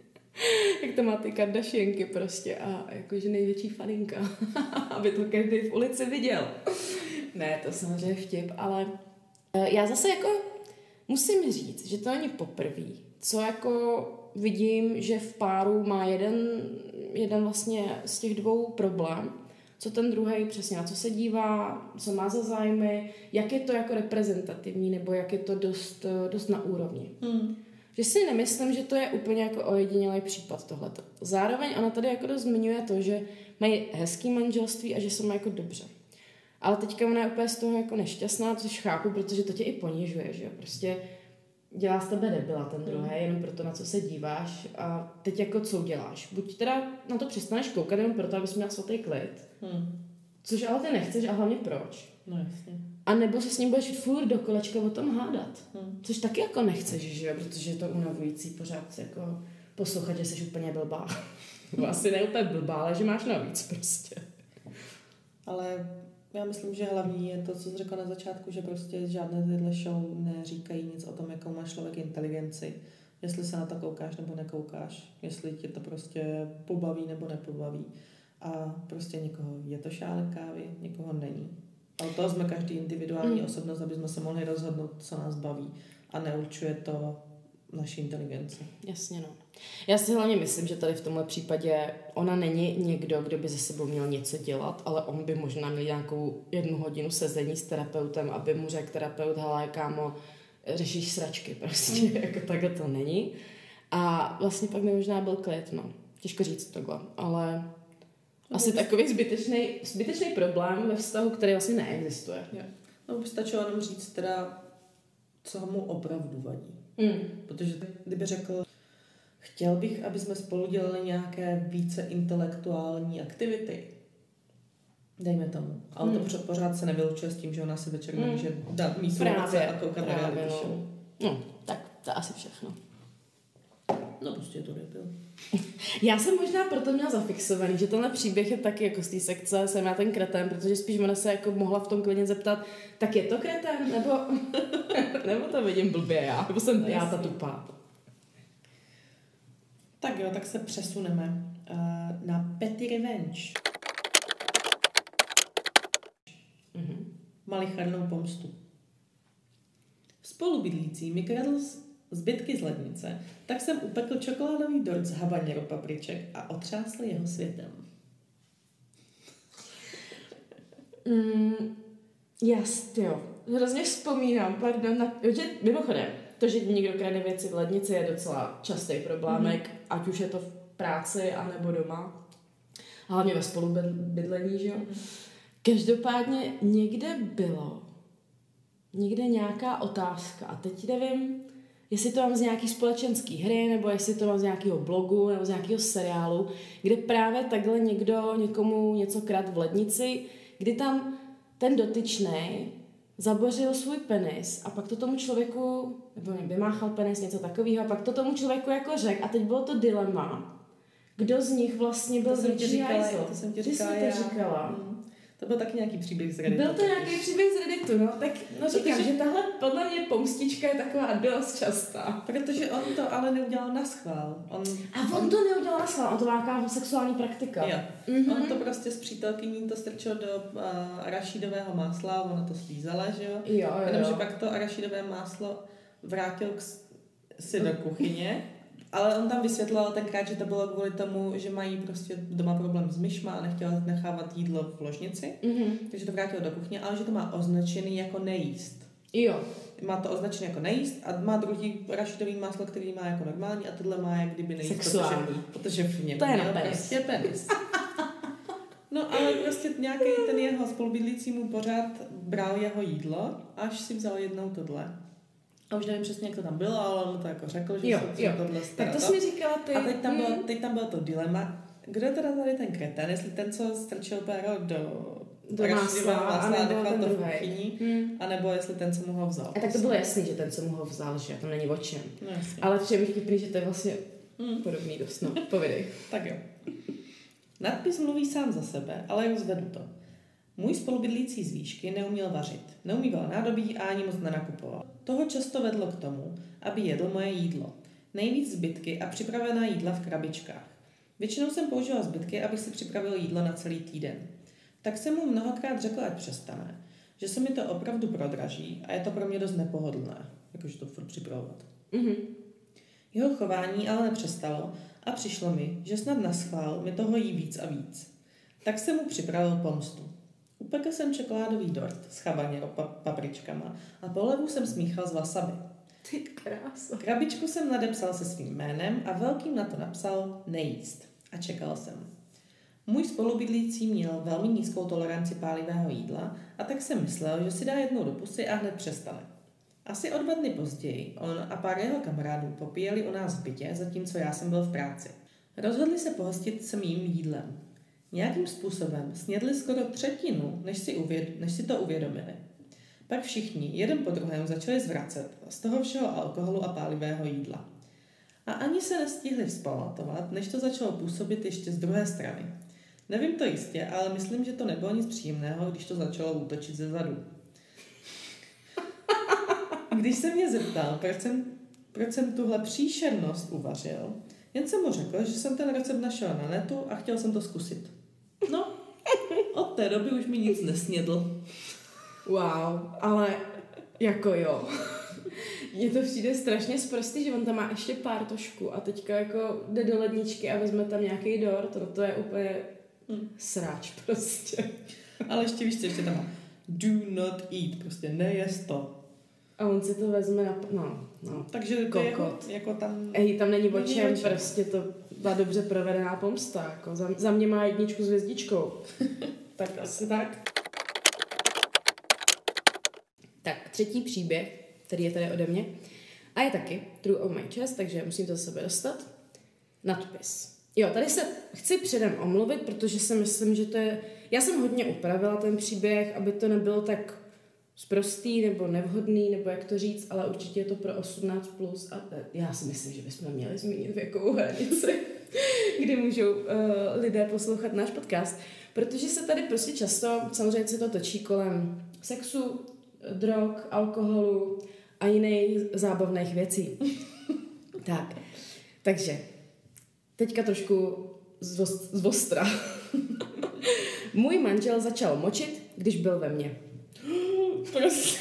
jak tam má ty Kardashianky prostě a jakože největší faninka, aby to každý v ulici viděl. Ne, to samozřejmě vtip, ale Já zase jako musím říct, že to není poprvé, co jako vidím, že v páru má jeden, jeden vlastně z těch dvou problém, co ten druhý přesně, na co se dívá, co má za zájmy, jak je to jako reprezentativní, nebo jak je to dost, dost na úrovni. Hmm. Že si nemyslím, že to je úplně jako ojedinělý případ tohleto. Zároveň ona tady jako dost zmiňuje to, že mají hezký manželství a že se mají jako dobře. Ale teďka ona je úplně z toho jako nešťastná, což chápu, protože to tě i ponižuje, že jo. Prostě dělá z tebe debila ten druhý, mm. jenom proto, na co se díváš a teď jako co uděláš. Buď teda na to přestaneš koukat jenom proto, abys měl svatý klid, mm. což ale ty nechceš a hlavně proč. No jasně. A nebo se s ním budeš furt do kolečka o tom hádat. Mm. Což taky jako nechceš, že jo, protože je to unavující pořád jako poslouchat, že jsi úplně blbá. Asi ne úplně blbá, ale že máš navíc prostě. Ale já myslím, že hlavní je to, co jsi řekla na začátku, že prostě žádné tyhle show neříkají nic o tom, jakou má člověk inteligenci. Jestli se na to koukáš nebo nekoukáš. Jestli tě to prostě pobaví nebo nepobaví. A prostě někoho je to šálek kávy, někoho není. A od toho jsme každý individuální mm. osobnost, aby jsme se mohli rozhodnout, co nás baví. A neurčuje to naši inteligenci. Jasně, no. Já si hlavně myslím, že tady v tomhle případě ona není někdo, kdo by ze sebou měl něco dělat, ale on by možná měl nějakou jednu hodinu sezení s terapeutem, aby mu řekl terapeut, hele, kámo, řešíš sračky, prostě, mm. jako takhle to není. A vlastně pak by možná byl klid, no. Těžko říct tohle, ale no, asi takový zbytečný, zbytečný problém ve vztahu, který vlastně neexistuje. Jo. No by stačilo jenom říct teda, co mu opravdu vadí. Mm. Protože kdyby řekl, chtěl bych, aby jsme spolu dělali nějaké více intelektuální aktivity, dejme tomu. Ale mm. to pořád se nevylučuje s tím, že ona si večer mm. nemůže dát místo a koukat na reality show. No, tak to asi všechno. No prostě to nebyl. Já jsem možná proto měla zafixovaný, že tenhle příběh je taky jako z té sekce, jsem já ten kretén, protože spíš ona se jako mohla v tom klidně zeptat, tak je to kretén, nebo, nebo to vidím blbě já, nebo jsem já ta tupá. Tak jo, tak se přesuneme uh, na Petty Revenge. Mm-hmm. Malicharnou pomstu. Spolubydlící mi kradl zbytky z lednice, tak jsem upekl čokoládový dort z habanero papriček a otřásl jeho světem. Mm, jas, jo. Hrozně vzpomínám, pardon, na, že mimochodem, to, že někdo krade věci v lednici, je docela častý problémek, mm. ať už je to v práci, anebo doma. A hlavně ve spolubydlení, že jo. Mm. Každopádně někde bylo, někde nějaká otázka a teď nevím, jestli to mám z nějaký společenský hry, nebo jestli to mám z nějakého blogu, nebo z nějakého seriálu, kde právě takhle někdo někomu něco krad v lednici, kdy tam ten dotyčnej zabořil svůj penis a pak to tomu člověku, nebo vymáchal penis, něco takového, a pak to tomu člověku jako řekl a teď bylo to dilema, kdo z nich vlastně byl větší hajzl. To jsem ti říkala, já. To říkala. Mm. To byl taky nějaký příběh z Redditu. Byl to nějaký příběh z Redditu, no, tak no říkám, protože, že tahle podle mě pomstička je taková dost častá. Protože on to ale neudělal naschvál. On, a on, on to neudělal naschvál, on to má nějaká sexuální praktika. Jo. Mm-hmm. On to prostě s přítelkyní to strčil do uh, arašídového másla, ona to slízala, že jo? Jo, jo. Jenomže pak to arašídové máslo vrátil k, si do kuchyně. Ale on tam vysvětloval tenkrát, že to bylo kvůli tomu, že mají prostě doma problém s myšma a nechtěla nechávat jídlo v ložnici, mm-hmm. takže to vrátilo do kuchyně, ale že to má označený jako nejíst. Jo. Má to označené jako nejíst a má druhý arašidový máslo, který má jako normální a tohle má jak kdyby nejíst. Sexuální. Protože, protože v něm to je měl prostě penis. No ale prostě nějaký ten jeho spolubydlící mu pořád bral jeho jídlo, až si vzal jednou tohle. A už nevím přesně, jak to tam bylo, ale on mu to jako řekl, že jo, se jo. tohle stará. Tak to jsi mi říkala ty. A teď tam, bylo, teď tam bylo to dilema, kdo je teda tady ten kretén, jestli ten, co strčil péro do, do másla, a nechal ten to v druhý. kuchyni, hmm. anebo jestli ten, co mu ho vzal. A tak to bylo jasný, že ten, co mu ho vzal, že tam není o čem. No, jasně. Ale přijde mi vtipný, že to je vlastně hmm. podobný dost, no, povědej. Tak jo. Nadpis mluví sám za sebe, ale rozvedu to. Můj spolubydlící z výšky neuměl vařit, neumýval nádobí a ani moc nenakupoval. Toho často vedlo k tomu, aby jedl moje jídlo. Nejvíc zbytky a připravená jídla v krabičkách. Většinou jsem používal zbytky, abych si připravil jídlo na celý týden. Tak jsem mu mnohokrát řekl, ať přestane. že se mi to opravdu prodraží a je to pro mě dost nepohodlné, jakože to furt připravovat. Mhm. Jeho chování ale nepřestalo a přišlo mi, že snad naschvál mi toho jí víc a víc. Tak jsem mu připravil pomstu. Upekl jsem čokoládový dort s habanero pa- papričkama a polevu jsem smíchal z wasabi. Ty krása. Krabičku jsem nadepsal se svým jménem a velkým na to napsal nejíst. A čekal jsem. Můj spolubydlící měl velmi nízkou toleranci pálivého jídla a tak jsem myslel, že si dá jednou do pusy a hned přestane. Asi o dva dny později on a pár jeho kamarádů popíjeli u nás v bytě, zatímco já jsem byl v práci. Rozhodli se pohostit se mým jídlem. Nějakým způsobem snědli skoro třetinu, než si, uvěd, než si to uvědomili. Pak všichni, jeden po druhém, začali zvracet z toho všeho alkoholu a pálivého jídla. A ani se nestihli vzpamatovat, než to začalo působit ještě z druhé strany. Nevím to jistě, ale myslím, že to nebylo nic příjemného, když to začalo útočit ze zadu. Když se mě zeptal, proč jsem, proč jsem tuhle příšernost uvařil, jen jsem mu řekl, že jsem ten recept našel na netu a chtěl jsem to zkusit. No, od té doby už mi nic nesnědl. Wow, ale jako jo. Mně to přijde strašně sprostý, že on tam má ještě pár tošku a teďka jako jde do ledničky a vezme tam nějaký dort, no to je úplně hmm. sráč prostě. Ale ještě víš, co ještě tam má. Do not eat, prostě nejest to. A on si to vezme na... No, no. Takže to je jako, jako tam... Ej, tam není o čem, prostě to byla dobře provedená pomsta. Jako za, za mě má jedničku s hvězdičkou. Tak asi tak. Tak, třetí příběh, který je tady ode mě. A je taky True of my chest, takže musím to za sebe dostat. Nadpis. Jo, tady se chci předem omluvit, protože si myslím, že to je... Já jsem hodně upravila ten příběh, aby to nebylo tak sprostý nebo nevhodný, nebo jak to říct, ale určitě je to pro osmnáct plus a já si myslím, že bychom měli zmínit věkovou hranici, kdy můžou uh, lidé poslouchat náš podcast, protože se tady prostě často, samozřejmě se to točí kolem sexu, drog, alkoholu a jiných zábavných věcí. Tak, takže teďka trošku z ostra. Můj manžel začal močit, když byl ve mně. Prostě.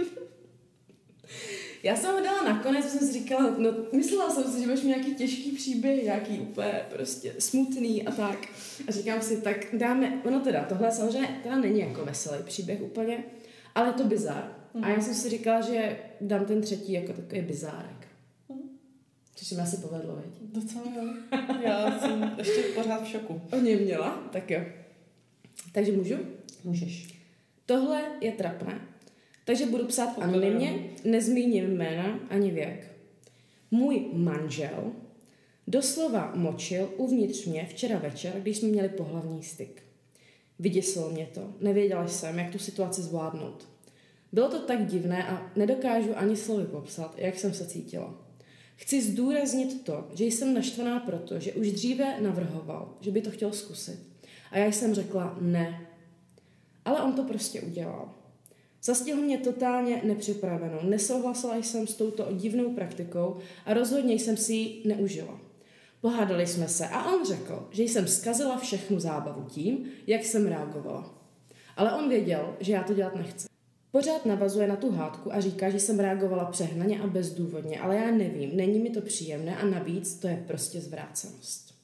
Já jsem ho dala nakonec, jsem si říkala, no myslela jsem si, že budeš mít nějaký těžký příběh, nějaký úplně prostě smutný a tak. A říkám si, tak dáme, ono teda, tohle samozřejmě teda není jako veselý příběh úplně, ale je to bizár. Mm. A já jsem si říkala, že dám ten třetí jako takový bizárek. Mm. Což se mi asi povedlo, veď? Docela jo. Já jsem ještě pořád v šoku. O něj měla? Tak jo. Takže můžu? Můžeš. Tohle je trapné. Takže budu psát anonymně, nezmíním jména ani věk. Můj manžel doslova močil uvnitř mě včera večer, když jsme měli pohlavní styk. Vyděsilo mě to, nevěděla jsem, jak tu situaci zvládnout. Bylo to tak divné a nedokážu ani slovy popsat, jak jsem se cítila. Chci zdůraznit to, že jsem naštvaná proto, že už dříve navrhoval, že by to chtěl zkusit. A já jsem řekla ne. Ale on to prostě udělal. Zastihl mě totálně nepřipravenou, nesouhlasila jsem s touto divnou praktikou a rozhodně jsem si ji neužila. Pohádali jsme se a on řekl, že jsem zkazila všechnu zábavu tím, jak jsem reagovala. Ale on věděl, že já to dělat nechci. Pořád navazuje na tu hádku a říká, že jsem reagovala přehnaně a bezdůvodně, ale já nevím, není mi to příjemné a navíc to je prostě zvrácenost.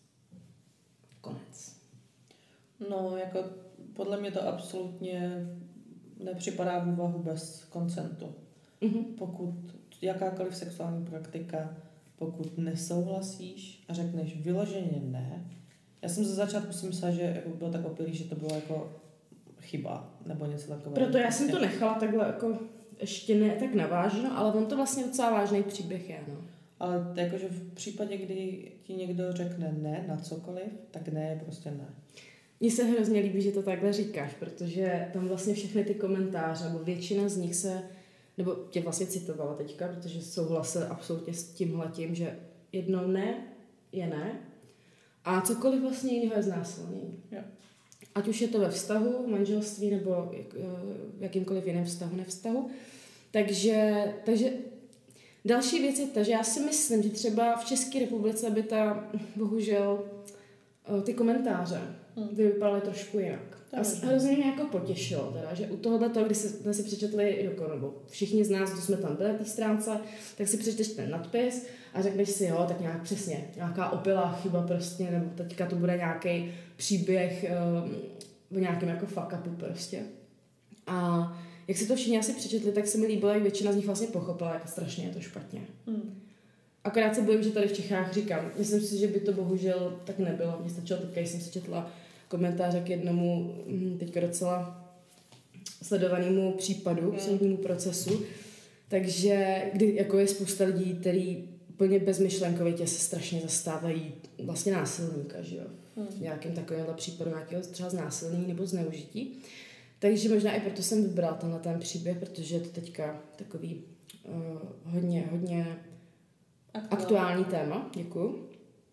Konec. No, jako podle mě to absolutně nepřipadá v úvahu bez konsentu. Mm-hmm. Pokud jakákoliv sexuální praktika, pokud nesouhlasíš a řekneš vyloženě ne, já jsem ze začátku si myslela, že jako byl tak opilý, že to bylo jako chyba nebo něco takového. Proto já jsem to nechala takhle jako ještě ne tak naváženo, ale on to vlastně docela vážný příběh je, no. Ale jakože v případě, kdy ti někdo řekne ne na cokoliv, tak ne je prostě ne. Mně se hrozně líbí, že to takhle říkáš, protože tam vlastně všechny ty komentáře, nebo většina z nich se, nebo tě vlastně citovala teďka, protože souhlasil absolutně s tímhletím, že jednou ne je ne a cokoliv vlastně jiného je znásilnění. Jo. Ať už je to ve vztahu, manželství nebo v jakýmkoliv jiném vztahu, nevztahu. Takže, takže další věc je ta, že já si myslím, že třeba v České republice by ta, bohužel, ty komentáře hmm. vypadaly trošku jinak. A hrozně mě jako potěšilo, teda, že u tohohle toho, když jsme si přečetli, jako, nebo všichni z nás, kdo jsme tam byli na té stránce, tak si přečteš ten nadpis a řekneš si, jo, tak nějak přesně, nějaká opilá chyba prostě, nebo teďka to bude nějaký příběh um, o nějakém jako fuck upu prostě. A jak si to všichni asi přečetli, tak se mi líbilo, jak většina z nich vlastně pochopila, jak strašně je to špatně. Hmm. Akorát se bojím, že tady v Čechách říkám, myslím si, že by to bohužel tak nebylo. Mně stačilo teďka, když jsem si četla komentáře k jednomu teďka docela sledovanému případu, k soudnímu procesu, takže kdy jako je spousta lidí, který úplně bezmyšlenkovitě se strašně zastávají vlastně násilníka, že jo? Hmm. V nějakém takovémhle případu nějakého třeba znásilnění nebo zneužití. Takže možná i proto jsem vybrala tenhle ten příběh, protože je to teďka takový uh, hodně, hodně aktuální, aktuální téma. Děkuju.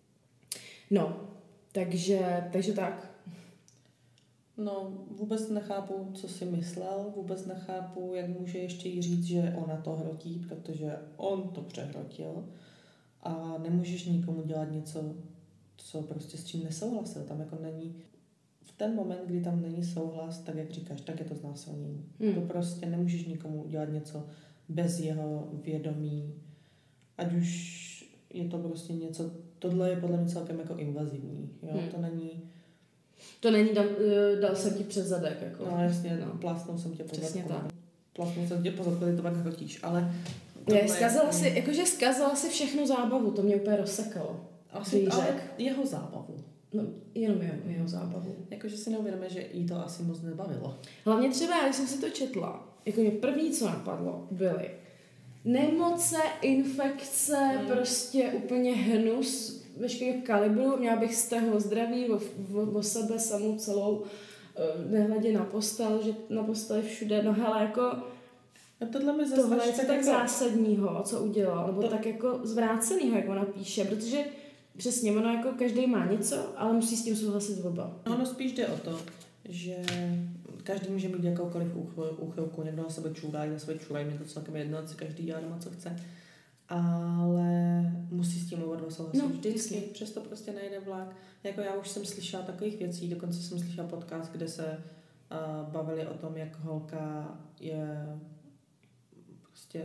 No, takže, takže tak. No, vůbec nechápu, co si myslel, vůbec nechápu, jak může ještě jí říct, že ona to hrotí, protože on to přehrotil a nemůžeš nikomu dělat něco, co prostě s čím nesouhlasil. Tam jako není, v ten moment, kdy tam není souhlas, tak jak říkáš, tak je to znásilnění. Hmm. To prostě nemůžeš nikomu dělat něco bez jeho vědomí, ať už je to prostě něco, tohle je podle mě celkem jako invazivní, jo, hmm. to není To není, dal, dal jsem ti přes zadek, jako. No jasně, no. plásnul jsem tě po Přesně zadku. tak. Plásnul jsem tě po zadku, ty to pak hrotíš, ale... Je, zkazala si, jakože zkazala si všechnu zábavu, to mě úplně rozsekalo. Asi, ale jeho zábavu. No, jenom jeho, jeho zábavu. Jakože si neuvědomuje, že jí to asi moc nebavilo. Hlavně třeba, když jsem si to četla, jako mě první, co napadlo, byly nemoce, infekce, hmm. prostě úplně hnus, veškerý kalibru, měla bych z toho zdraví o, o, o sebe samou celou, nehledě na postel, že na posteli všude, no hele, jako no tohle, mi zase tohle je tak tak jako zásadního, co udělal, nebo to... tak jako zvrácenýho, jak ona píše, protože přesně, ono jako každý má něco, ale musí s tím souhlasit oba. Ono spíš jde o to, že každý může mít jakoukoliv úchylku, někdo na sebe čůrá, na sebe čůrá, mě to celkem jedno, co každý dělá doma, co chce. Ale musí s tím oba dva souhlasit no, vždycky, jasně. Přesto prostě nejde vlak. Jako já už jsem slyšela takových věcí, dokonce jsem slyšela podcast, kde se uh, bavili o tom, jak holka je prostě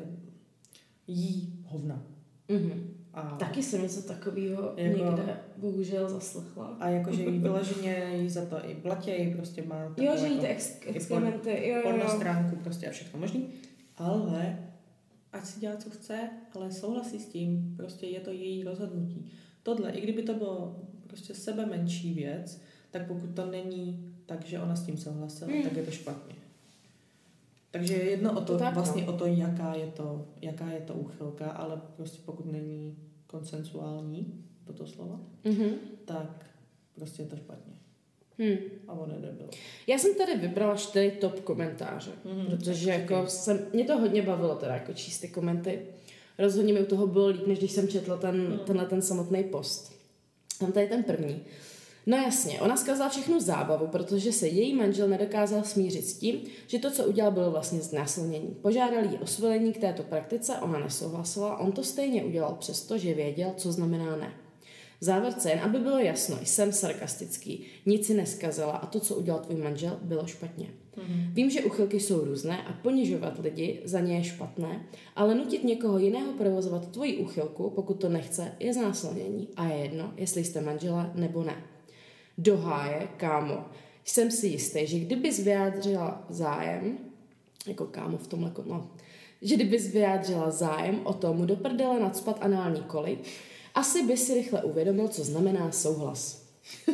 jí hovna. Mm-hmm. A taky jsem něco takového jako, někde bohužel zaslechla. A jakože jí vyloženě jí za to i blatěj, prostě má takovou jo, že jí jako, ty ex- exkrementy, porno stránku prostě a všechno možný. Ale ať si dělá, co chce, ale souhlasí s tím, prostě je to její rozhodnutí. Tohle, i kdyby to bylo prostě sebe menší věc, tak pokud to není tak, že ona s tím souhlasila, hmm. tak je to špatně. Takže je jedno o to, to vlastně o to, jaká je to, jaká je to úchylka, ale prostě pokud není konsensuální, toto slovo, mm-hmm. tak prostě je to špatně. Hmm. A on nebyl. Já jsem tady vybrala čtyři top komentáře, mm-hmm. protože jako jsem, mě to hodně bavilo teda jako číst ty komenty. Rozhodně mi u toho bylo líp, než když jsem četla ten, mm. tenhle ten samotný post. Tam tady ten první. No jasně, ona zkazala všechnu zábavu, protože se její manžel nedokázal smířit s tím, že to, co udělal, bylo vlastně znásilnění. Požádal jí o svolení k této praktice, ona nesouhlasila, on to stejně udělal přesto, že věděl, co znamená ne. V závěrce, jen aby bylo jasno, jsem sarkastický, nic si neskazila a to, co udělal tvůj manžel, bylo špatně. Mm-hmm. Vím, že uchylky jsou různé a ponižovat lidi za ně je špatné, ale nutit někoho jiného provozovat tvoji uchylku, pokud to nechce, je znásilnění a je jedno, jestli jste manžela nebo ne. Do háje, kámo, jsem si jistý, že kdybys vyjádřila zájem, jako kámo v tomhle, no, že kdybys vyjádřila zájem o tomu do prdele nacpat anální koly, asi by si rychle uvědomil, co znamená souhlas.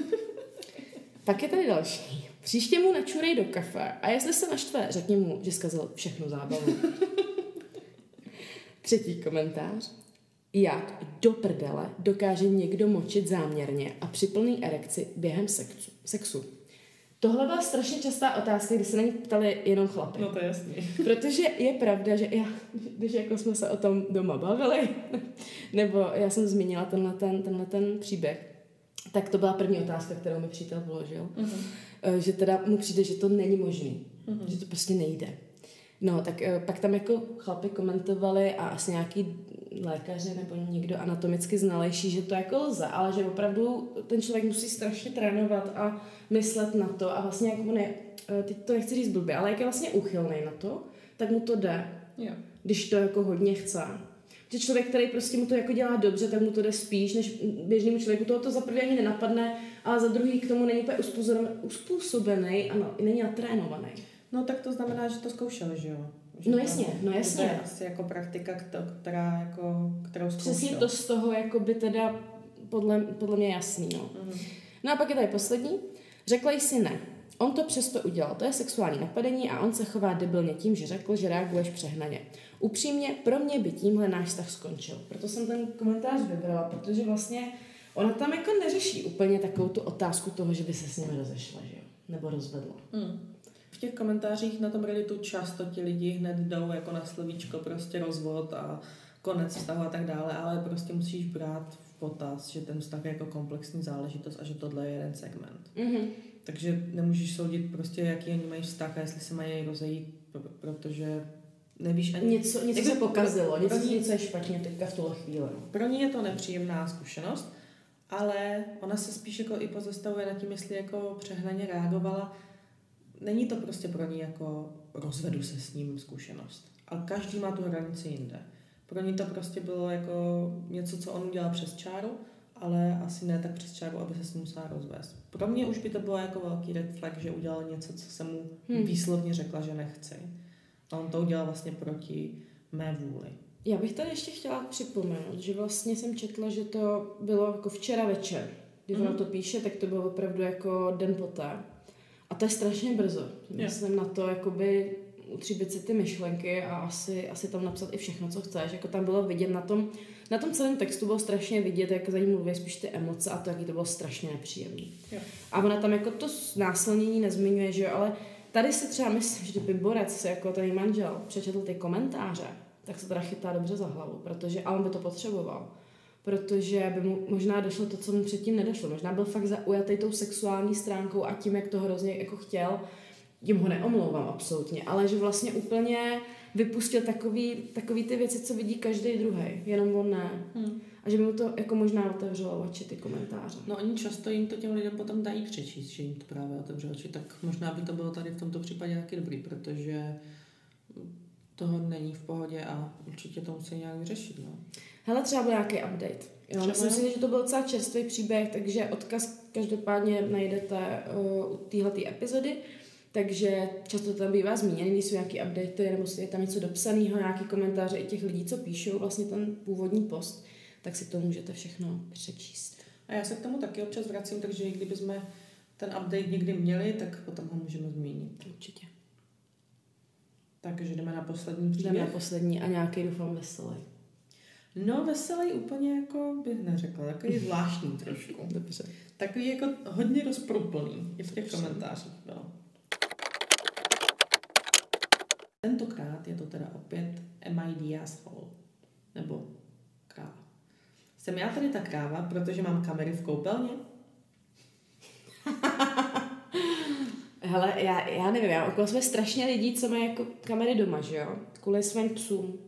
Pak je tady další. Příště mu načurej do kafe a jestli se naštve, řekni mu, že zkazil všechnu zábavu. Třetí komentář. Jak do prdele dokáže někdo močit záměrně a při plný erekci během sexu? sexu? Tohle byla strašně častá otázka, kdy se na ní ptali jenom chlapi. No to je jasný. Protože je pravda, že já, když jako jsme se o tom doma bavili, nebo já jsem zmínila tenhle ten, tenhle ten příběh, tak to byla první otázka, kterou mi přítel položil. Uh-huh. Že teda mu přijde, že to není možný. Uh-huh. Že to prostě nejde. No, tak pak tam jako chlapi komentovali a asi nějaký lékaři nebo někdo anatomicky znalejší, že to jako lze, ale že opravdu ten člověk musí strašně trénovat a myslet na to a vlastně jako ne, teď to nechci říct blbě, ale jak je vlastně úchylnej na to, tak mu to jde, jo. Když to jako hodně chce. Že člověk, který prostě mu to jako dělá dobře, tak mu to jde spíš, než běžnému člověku. Toho to za prvé ani nenapadne, ale za druhý k tomu není úplně uspůsobený a no, není natrénovaný. No tak to znamená, že to zkoušel, že jo? Že no to, jasně, no jasně. To je asi jako praktika, která jako, kterou zkoušel. Přesně to z toho jako by teda podle, podle mě jasný, no. Mm. No a pak je tady poslední. Řekla jsi ne. On to přesto udělal. To je sexuální napadení a on se chová debilně tím, že řekl, že reaguješ přehnaně. Upřímně, pro mě by tímhle náš vztah skončil. Proto jsem ten komentář vybrala, protože vlastně ona tam jako neřeší úplně takovou tu otázku toho, že by se s nimi rozešla, že jo? Nebo rozvedla. Mm. V těch komentářích na tom Redditu často ti lidi hned jdou jako na slovíčko prostě rozvod a konec vztahu a tak dále, ale prostě musíš brát v potaz, že ten vztah je jako komplexní záležitost a že tohle je jeden segment. Mm-hmm. Takže nemůžeš soudit prostě, jaký oni mají vztah a jestli se mají rozejít, protože nevíš ani... Něco, něco jako se pokazilo, pro, něco, pro ní, něco je špatně teďka v tuhle chvíli. No. Pro ní je to nepříjemná zkušenost, ale ona se spíš jako i pozastavuje nad tím, jestli jako přehnaně reagovala. Není to prostě pro ní jako rozvedu se s ním zkušenost. A každý má tu hranici jinde. Pro ní to prostě bylo jako něco, co on udělal přes čáru, ale asi ne tak přes čáru, aby se s ním musela rozvést. Pro mě už by to bylo jako velký red flag, že udělal něco, co jsem mu hmm. výslovně řekla, že nechci. A on to udělal vlastně proti mé vůli. Já bych tady ještě chtěla připomenout, že vlastně jsem četla, že to bylo jako včera večer. Když mm-hmm. ona to píše, tak to bylo opravdu jako den poté. A to je strašně brzo. Myslím na to, jakoby utříbit si ty myšlenky a asi, asi tam napsat i všechno, co chceš. Jako tam bylo vidět na tom, na tom celém textu bylo strašně vidět, jak za ním mluví spíš ty emoce a to, jaký to bylo strašně nepříjemný. Jo. A ona tam jako to násilnění nezmiňuje, že jo, ale tady si třeba myslím, že kdyby Borec, jako ten manžel, přečetl ty komentáře, tak se teda chytá dobře za hlavu, protože, a on by to potřeboval, protože by mu možná došlo to, co mu předtím nedošlo. Možná byl fakt zaujatý tou sexuální stránkou a tím, jak to hrozně jako chtěl, tím ho neomlouvám absolutně, ale že vlastně úplně vypustil takový, takový ty věci, co vidí každý druhý, jenom on ne. Hmm. A že by mu to jako možná otevřelo oči, ty komentáře. No oni často jim to těm lidem potom dají přečíst, že jim to právě otevře oči, tak možná by to bylo tady v tomto případě taky dobrý, protože toho není v pohodě a určitě to musí nějak vyřešit. No. Hele, třeba byl nějaký update. Jo, myslím si, že to byl docela čerstvý příběh, takže odkaz každopádně najdete uh, u téhleté epizody. Takže často to tam bývá zmíněný, když jsou nějaký updaty, nebo je tam něco dopsaného, nějaký komentáře i těch lidí, co píšou vlastně ten původní post, tak si to můžete všechno přečíst. A já se k tomu taky občas vracím, takže i kdyby jsme ten update někdy měli, tak potom ho můžeme zmínit. Určitě. Takže jdeme na poslední příběh. Jdeme na poslední a nějaký doufám veselý. No veselý úplně jako bych neřekla, takový zvláštní trošku. Dobře. Takový jako hodně rozproplný i v těch Dobře. komentářích. No. Tentokrát je to teda opět Am I the asshole? Nebo kráva. Jsem já tady ta kráva, protože mám kamery v koupelně? Hele, já, já nevím, já okolo jsme strašně lidí, co mají jako kamery doma, že jo? Kvůli svým psům.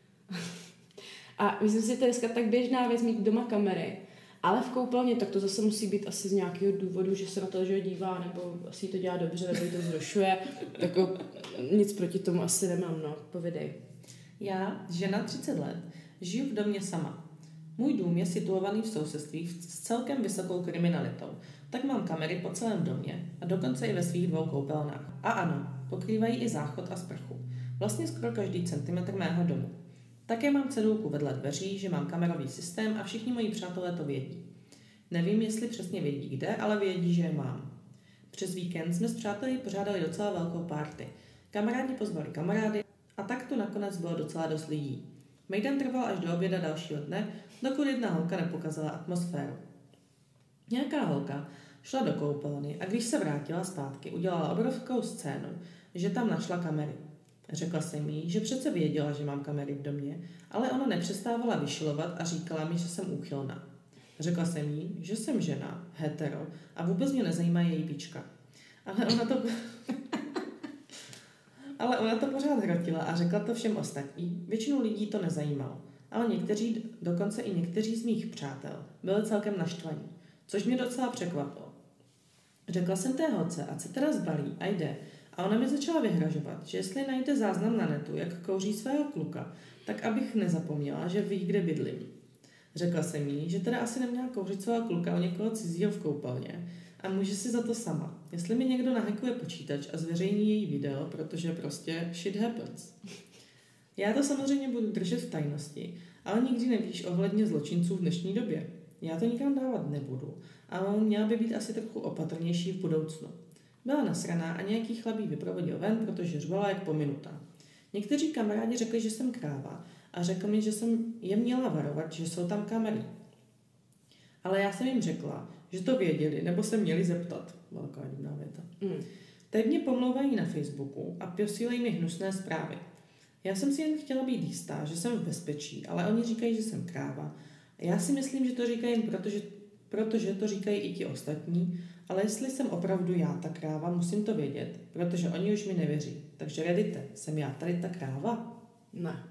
A myslím si, že to je dneska tak běžná věc mít doma kamery. Ale v koupelně, tak to zase musí být asi z nějakého důvodu, že se na to že dívá, nebo asi to dělá dobře, nebo jí to zrušuje. Jako nic proti tomu asi nemám, no. Povidej. Já, žena třicet let, žiju v domě sama. Můj dům je situovaný v sousedství s celkem vysokou kriminalitou. Tak mám kamery po celém domě a dokonce i ve svých dvou koupelnách. A ano, pokrývají i záchod a sprchu. Vlastně skoro každý centimetr mého domu. Také mám cedulku vedle dveří, že mám kamerový systém a všichni moji přátelé to vědí. Nevím, jestli přesně vědí kde, ale vědí, že je mám. Přes víkend jsme s přáteli pořádali docela velkou party. Kamarádi pozvali kamarády a tak to nakonec bylo docela dost lidí. Mejdan trval až do oběda dalšího dne, dokud jedna holka nepokazila atmosféru. Nějaká holka šla do koupelny a když se vrátila zpátky, udělala obrovskou scénu, že tam našla kamery. Řekla jsem jí, že přece věděla, že mám kamery v domě, ale ona nepřestávala vyšilovat a říkala mi, že jsem úchylná. Řekla jsem jí, že jsem žena, hetero a vůbec mě nezajímá její bička. Ale ona to... ale ona to pořád hrotila a řekla to všem ostatním. Většinu lidí to nezajímalo. ale někteří, dokonce i někteří z mých přátel, byli celkem naštvaní, což mě docela překvapilo. Řekla jsem té holce, ať se teda zbalí a jde, a ona mi začala vyhražovat, že jestli najde záznam na netu, jak kouří svého kluka, tak abych nezapomněla, že ví, kde bydlím. Řekla jsem jí, že teda asi neměla kouřit svého kluka o někoho cizího v koupelně a může si za to sama. Jestli mi někdo nahackuje počítač a zveřejní její video, protože prostě shit happens. Já to samozřejmě budu držet v tajnosti, ale nikdy nevíš ohledně zločinců v dnešní době. Já to nikam dávat nebudu, ale měla by být asi trochu opatrnější v budoucnu. Byla nasraná a nějaký chlapík vyprovodil ven, protože řvala jak pominutá. Někteří kamarádi řekli, že jsem kráva a řekl mi, že jsem je měla varovat, že jsou tam kamery. Ale já jsem jim řekla, že to věděli, nebo se měli zeptat. Velká divná věta. Mm. Teď mě pomlouvají na Facebooku a posílají mi hnusné zprávy. Já jsem si jen chtěla být jistá, že jsem v bezpečí, ale oni říkají, že jsem kráva. Já si myslím, že to říkají jen protože, protože to říkají i ti ostatní, ale jestli jsem opravdu já ta kráva, musím to vědět, protože oni už mi nevěří. Takže Reddite, jsem já tady ta kráva? Ne.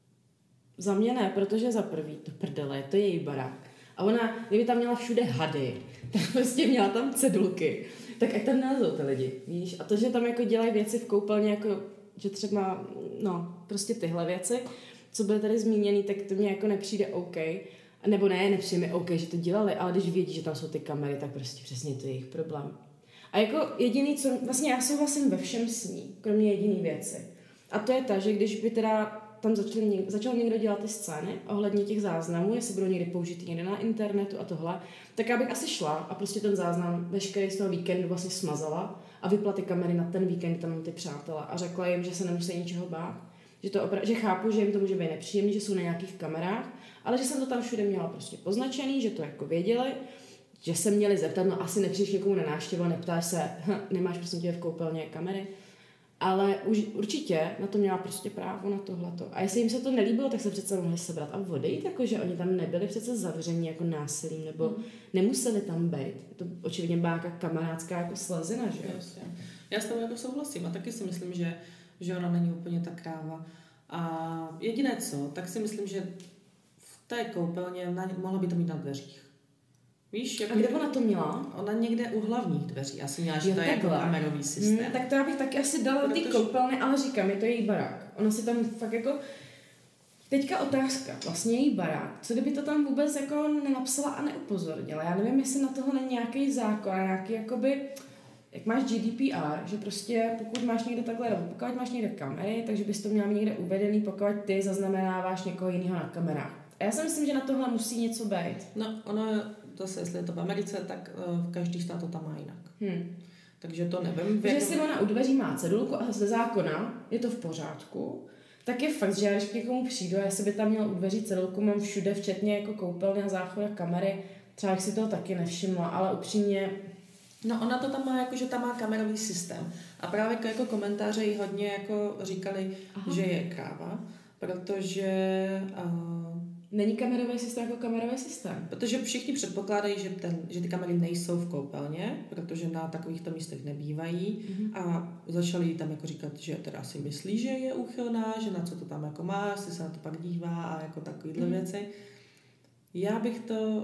Za mě ne, protože za prvý, to prdele, je to její barák. A ona, kdyby tam měla všude hady, tak prostě měla tam cedulky, tak ať tam nalezou ty lidi, víš? A to, že tam jako dělají věci v koupelně, jako, že třeba, no, prostě tyhle věci, co byly tady zmíněny, tak to mě jako nepřijde OK. Nebo ne, nepřijde mi OK, že to dělali, ale když vědí, že tam jsou ty kamery, tak prostě přesně to je jejich problém. A jako jediný, co, vlastně já souhlasím ve všem s ní, kromě jediný věci. A to je ta, že když by teda tam začal někdo, začal někdo dělat ty scény ohledně těch záznamů, jestli budou někdy použít někde na internetu a tohle, tak já bych asi šla a prostě ten záznam veškerý z toho víkendu vlastně smazala a vypla ty kamery na ten víkend, tam mám ty přátelé a řekla jim, že se nemusí ničeho bát, že, to opra- že chápu, že jim to může být nepříjemný, že jsou na nějakých kamerách, ale že jsem to tam všude měla prostě poznačený, že to jako věděli, že se měli zeptat, no asi nepřijdeš někomu na návštěvu a neptáš se, hm, nemáš prostě tě v koupelně kamery. Ale už určitě na to měla prostě právo na tohleto. A jestli jim se to nelíbilo, tak se přece mohli sebrat a odejít, jakože oni tam nebyli přece zavření jako násilím, nebo mm. nemuseli tam být. To očividně byla jako kamarádská jako slezina, že jo? Jasně. Já s tebou jako souhlasím a taky si myslím, že, že ona není úplně ta kráva. A jediné co, tak si myslím, že v té koupelně mohla by to mít na dveřích. Víš, jako a kde ona to měla? Ona někde u hlavních dveří. Asi měla, že to je jako kamerový systém. Hmm, tak to já bych taky asi dala Protože... ty koupelny, ale říkám, je to její barák. Ona si tam fakt jako... Teďka otázka, vlastně její barák. Co kdyby to tam vůbec jako nenapsala a neupozornila? Já nevím, jestli na tohle není nějaký zákon, nějaký jakoby... Jak máš G D P R, že prostě pokud máš někde takhle, nebo pokud máš někde kamery, takže bys to měla mít někde uvedený, pokud ty zaznamenáváš někoho jiného na kamerách. A já si myslím, že na tohle musí něco být. No, ono, zase, jestli je to v Americe, tak uh, každý stát to tam má jinak. Hmm. Takže to nevím. Takže jestli ona u dveří má cedulku a ze zákona je to v pořádku, tak je fakt, že já když k někomu přijdu a jestli by tam měl u dveří cedulku, mám všude, včetně jako koupelny a záchod a kamery, třeba bych si toho taky nevšimla, ale upřímně... No ona to tam má, jako, že tam má kamerový systém. A právě jako komentáře jí hodně jako říkali, Aha. že je kráva, protože... Uh, Není kamerový systém jako kamerový systém. Protože všichni předpokládají, že, ten, že ty kamery nejsou v koupelně, protože na takovýchto místech nebývají mm-hmm. a začali tam jako říkat, že teda si myslí, že je úchylná, že na co to tam jako má, jestli se na to pak dívá a jako takovýhle mm-hmm. věci. Já bych to...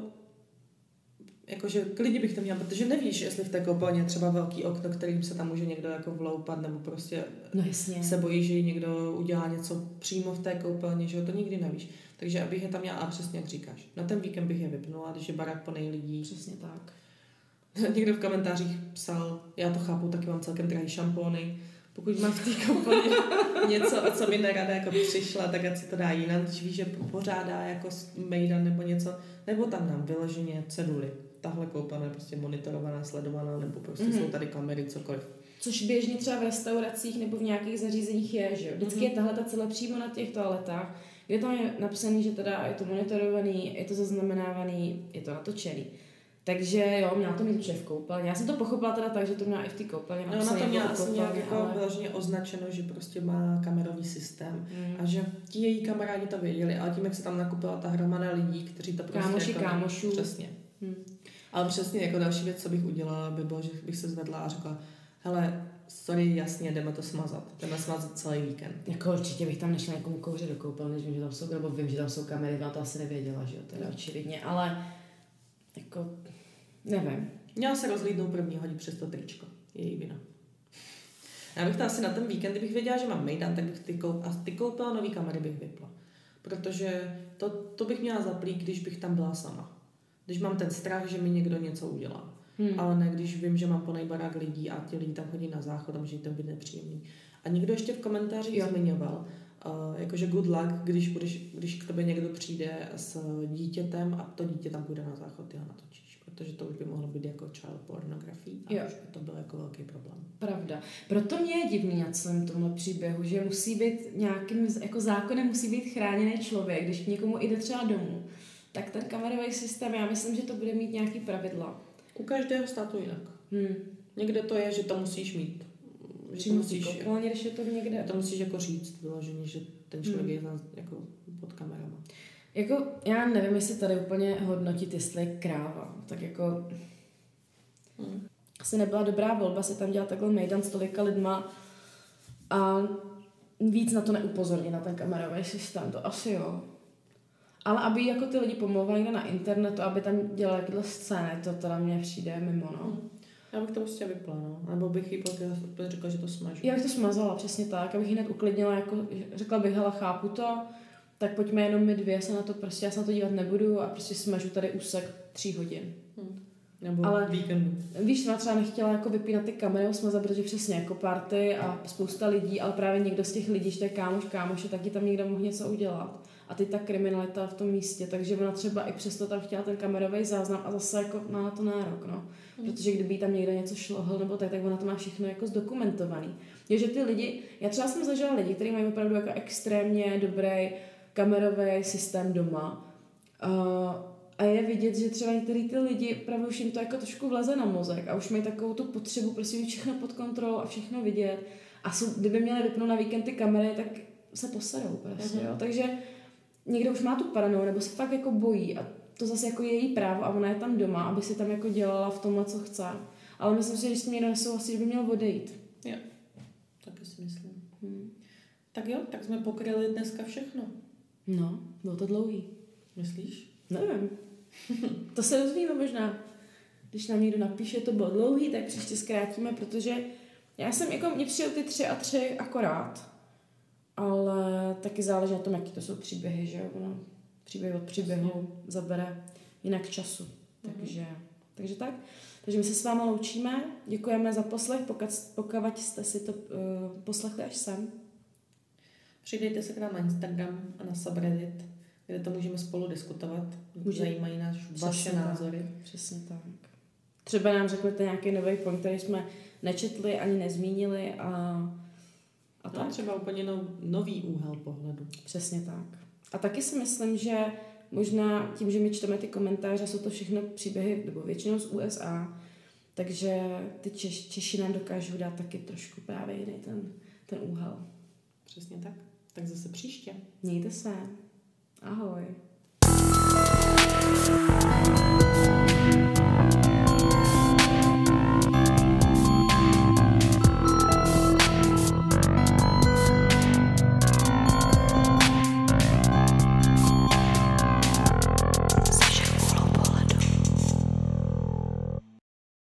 Jakože klidně bych to měla, protože nevíš, jestli v té koupelně třeba velký okno, kterým se tam může někdo jako vloupat, nebo prostě no jasně. se bojí, že někdo udělá něco přímo v té koupelně, že to nikdy nevíš. Takže abych je tam měla, a přesně jak říkáš, na ten víkend bych je vypnula, když je barák plný lidí. Přesně tak. Někdo v komentářích psal, já to chápu, taky mám celkem drahý šampóny. Pokud mám v té koupelně něco, co mi nerada jako přišla, tak ať si to dá jinam, když víš, že pořádá jako mejdan nebo něco, nebo tam nám vyloženě ceduly. Tahle koupelna je prostě monitorovaná, sledovaná, nebo prostě mm-hmm. jsou tady kamery, cokoliv. Což běžně třeba v restauracích nebo v nějakých zařízeních je, že vždycky mm-hmm. je tahle ta celé přímo na těch toaletách, kde tam je napsaný, že teda je to monitorovaný, je to zaznamenávaný, je to natočený. Takže jo, měla to mít určitě v koupelně. Já jsem to pochopila teda tak, že to měla i v té koupelně. No, ona to měla asi nějak jako ale... vyloženě označeno, že prostě má kamerový systém mm. a že ti její kamarádi to věděli, ale tím, jak se tam nakupila ta hromada lidí, kteří to prostě... Kámoši, jako kámošů. Přesně. Hmm. Ale přesně jako další věc, co bych udělala, by bylo, že bych se zvedla a řekla, Hele, sorry, jasně, jdeme to smazat. Jdeme smazat celý víkend. Jako určitě bych tam nešla někomu kouřit do koupelny, že vím, že tam jsou, nebo vím, že tam jsou kamery, no to asi nevěděla, že jo, teda očividně, ale jako, nevím. Měla se rozhlídnout první hodit přes to tričko. Její vina. Já bych to asi na ten víkend, kdybych věděla, že mám mejdan, tak bych ty, koup, a ty koupila nový kamery bych vypla. Protože to, to bych měla zaplít, když bych tam byla sama. Když mám ten strach, že mi někdo něco udělá. Hmm. Ale ne, když vím, že mám plný barák lidí a ti lidi tam chodí na záchod a může to být nepříjemný. A někdo ještě v komentářích jo. zmiňoval, uh, jakože good luck, když, budeš, když k tobě někdo přijde s dítětem a to dítě tam půjde na záchod, ty ho natočíš. Protože to už by mohlo být jako child pornography a jo. už by to byl jako velký problém. Pravda. Proto mě je divný na celém tomhle příběhu, že musí být nějakým, jako zákonem musí být chráněný člověk, když k někomu jde třeba domů. Tak ten kamerový systém, já myslím, že to bude mít nějaký pravidla. U každého státu jinak. Hmm. Někde to je, že to musíš mít. Že to musíš, koupelně, když je to někde. To musíš jako říct vyloženě, že ten člověk hmm. je jako pod kamerama. Jako, já nevím, jestli tady úplně hodnotit, jestli je kráva. Tak jako hmm. asi nebyla dobrá volba si tam dělat takhle mejdan s tolika lidma a víc na to neupozornit, na ten kamerový systém, to asi jo. Ale aby jako ty lidi pomlouvali na internetu, aby tam dělali jakýhle scény, to teda mě přijde mimo, no. Hmm. Já bych to prostě vypla, no. Nebo bych jí pak řekla, že to smažu. Já bych to smazala, přesně tak. Abych jí hned uklidnila, jako řekla bych, hele, chápu to, tak pojďme jenom my dvě se na to, prostě já se na to dívat nebudu a prostě smažu tady úsek tří hodin. Hmm. Nebo ale víkendu. Víš, třeba třeba nechtěla jako vypínat ty kamery smazat, protože přesně jako party a spousta lidí, ale právě někdo z těch lidí, že to je kámoš, kámoše, tak ti tam někdo mohl něco udělat. A ty ta kriminalita v tom místě, takže ona třeba i přesto tam chtěla ten kamerový záznam a zase jako má na to nárok, no. Hmm. Protože kdyby tam někdo něco šlohl nebo tak, tak ona to má všechno jako zdokumentovaný. Je, že ty lidi, já třeba jsem zažila lidi, kteří mají opravdu jako extrémně dobrý kamerový systém doma. Uh, a je vidět, že třeba některý ty lidi, opravdu už jim to jako trošku vleze na mozek a už mají takovou tu potřebu prostě mít všechno pod kontrolou a všechno vidět. A jsou, kdyby měli vypnout na víkend ty kamery, tak se poserou prostě, hmm. jo. Takže někdo už má tu paranoju, nebo se fakt jako bojí a to zase jako je její právo a ona je tam doma, aby si tam jako dělala v tomhle, co chce. Ale myslím si, že když s tím někdo nesouhlasí, že by měl odejít. Jo, taky si myslím. Hmm. Tak jo, tak jsme pokryli dneska všechno. No, bylo to dlouhý. Myslíš? Nevím. To se dozvíme možná. Když nám někdo napíše, to bylo dlouhý, tak příště zkrátíme, protože já jsem jako, mě přijel ty tři a tři akorát. Ale taky záleží na tom, jaký to jsou příběhy, že jo? No, příběh od příběhu zabere jinak času. Mm-hmm. Takže, takže tak. Takže my se s váma loučíme. Děkujeme za poslech, pokud, pokud jste si to uh, poslechli až sem. Přidejte se k nám na Instagram a na subreddit, kde to můžeme spolu diskutovat. Může. Zajímají nás vaše Přesně názory. Tak. Přesně tak. Třeba nám řeknete nějaký nový point, který jsme nečetli ani nezmínili a A no, třeba úplně nov, nový úhel pohledu. Přesně tak. A taky si myslím, že možná tím, že my čteme ty komentáře, jsou to všechno příběhy, nebo většinou z U S A, takže ty Češ, Češi nám dokážou dát taky trošku právě jiný ten, ten úhel. Přesně tak. Tak zase příště. Mějte se. Ahoj.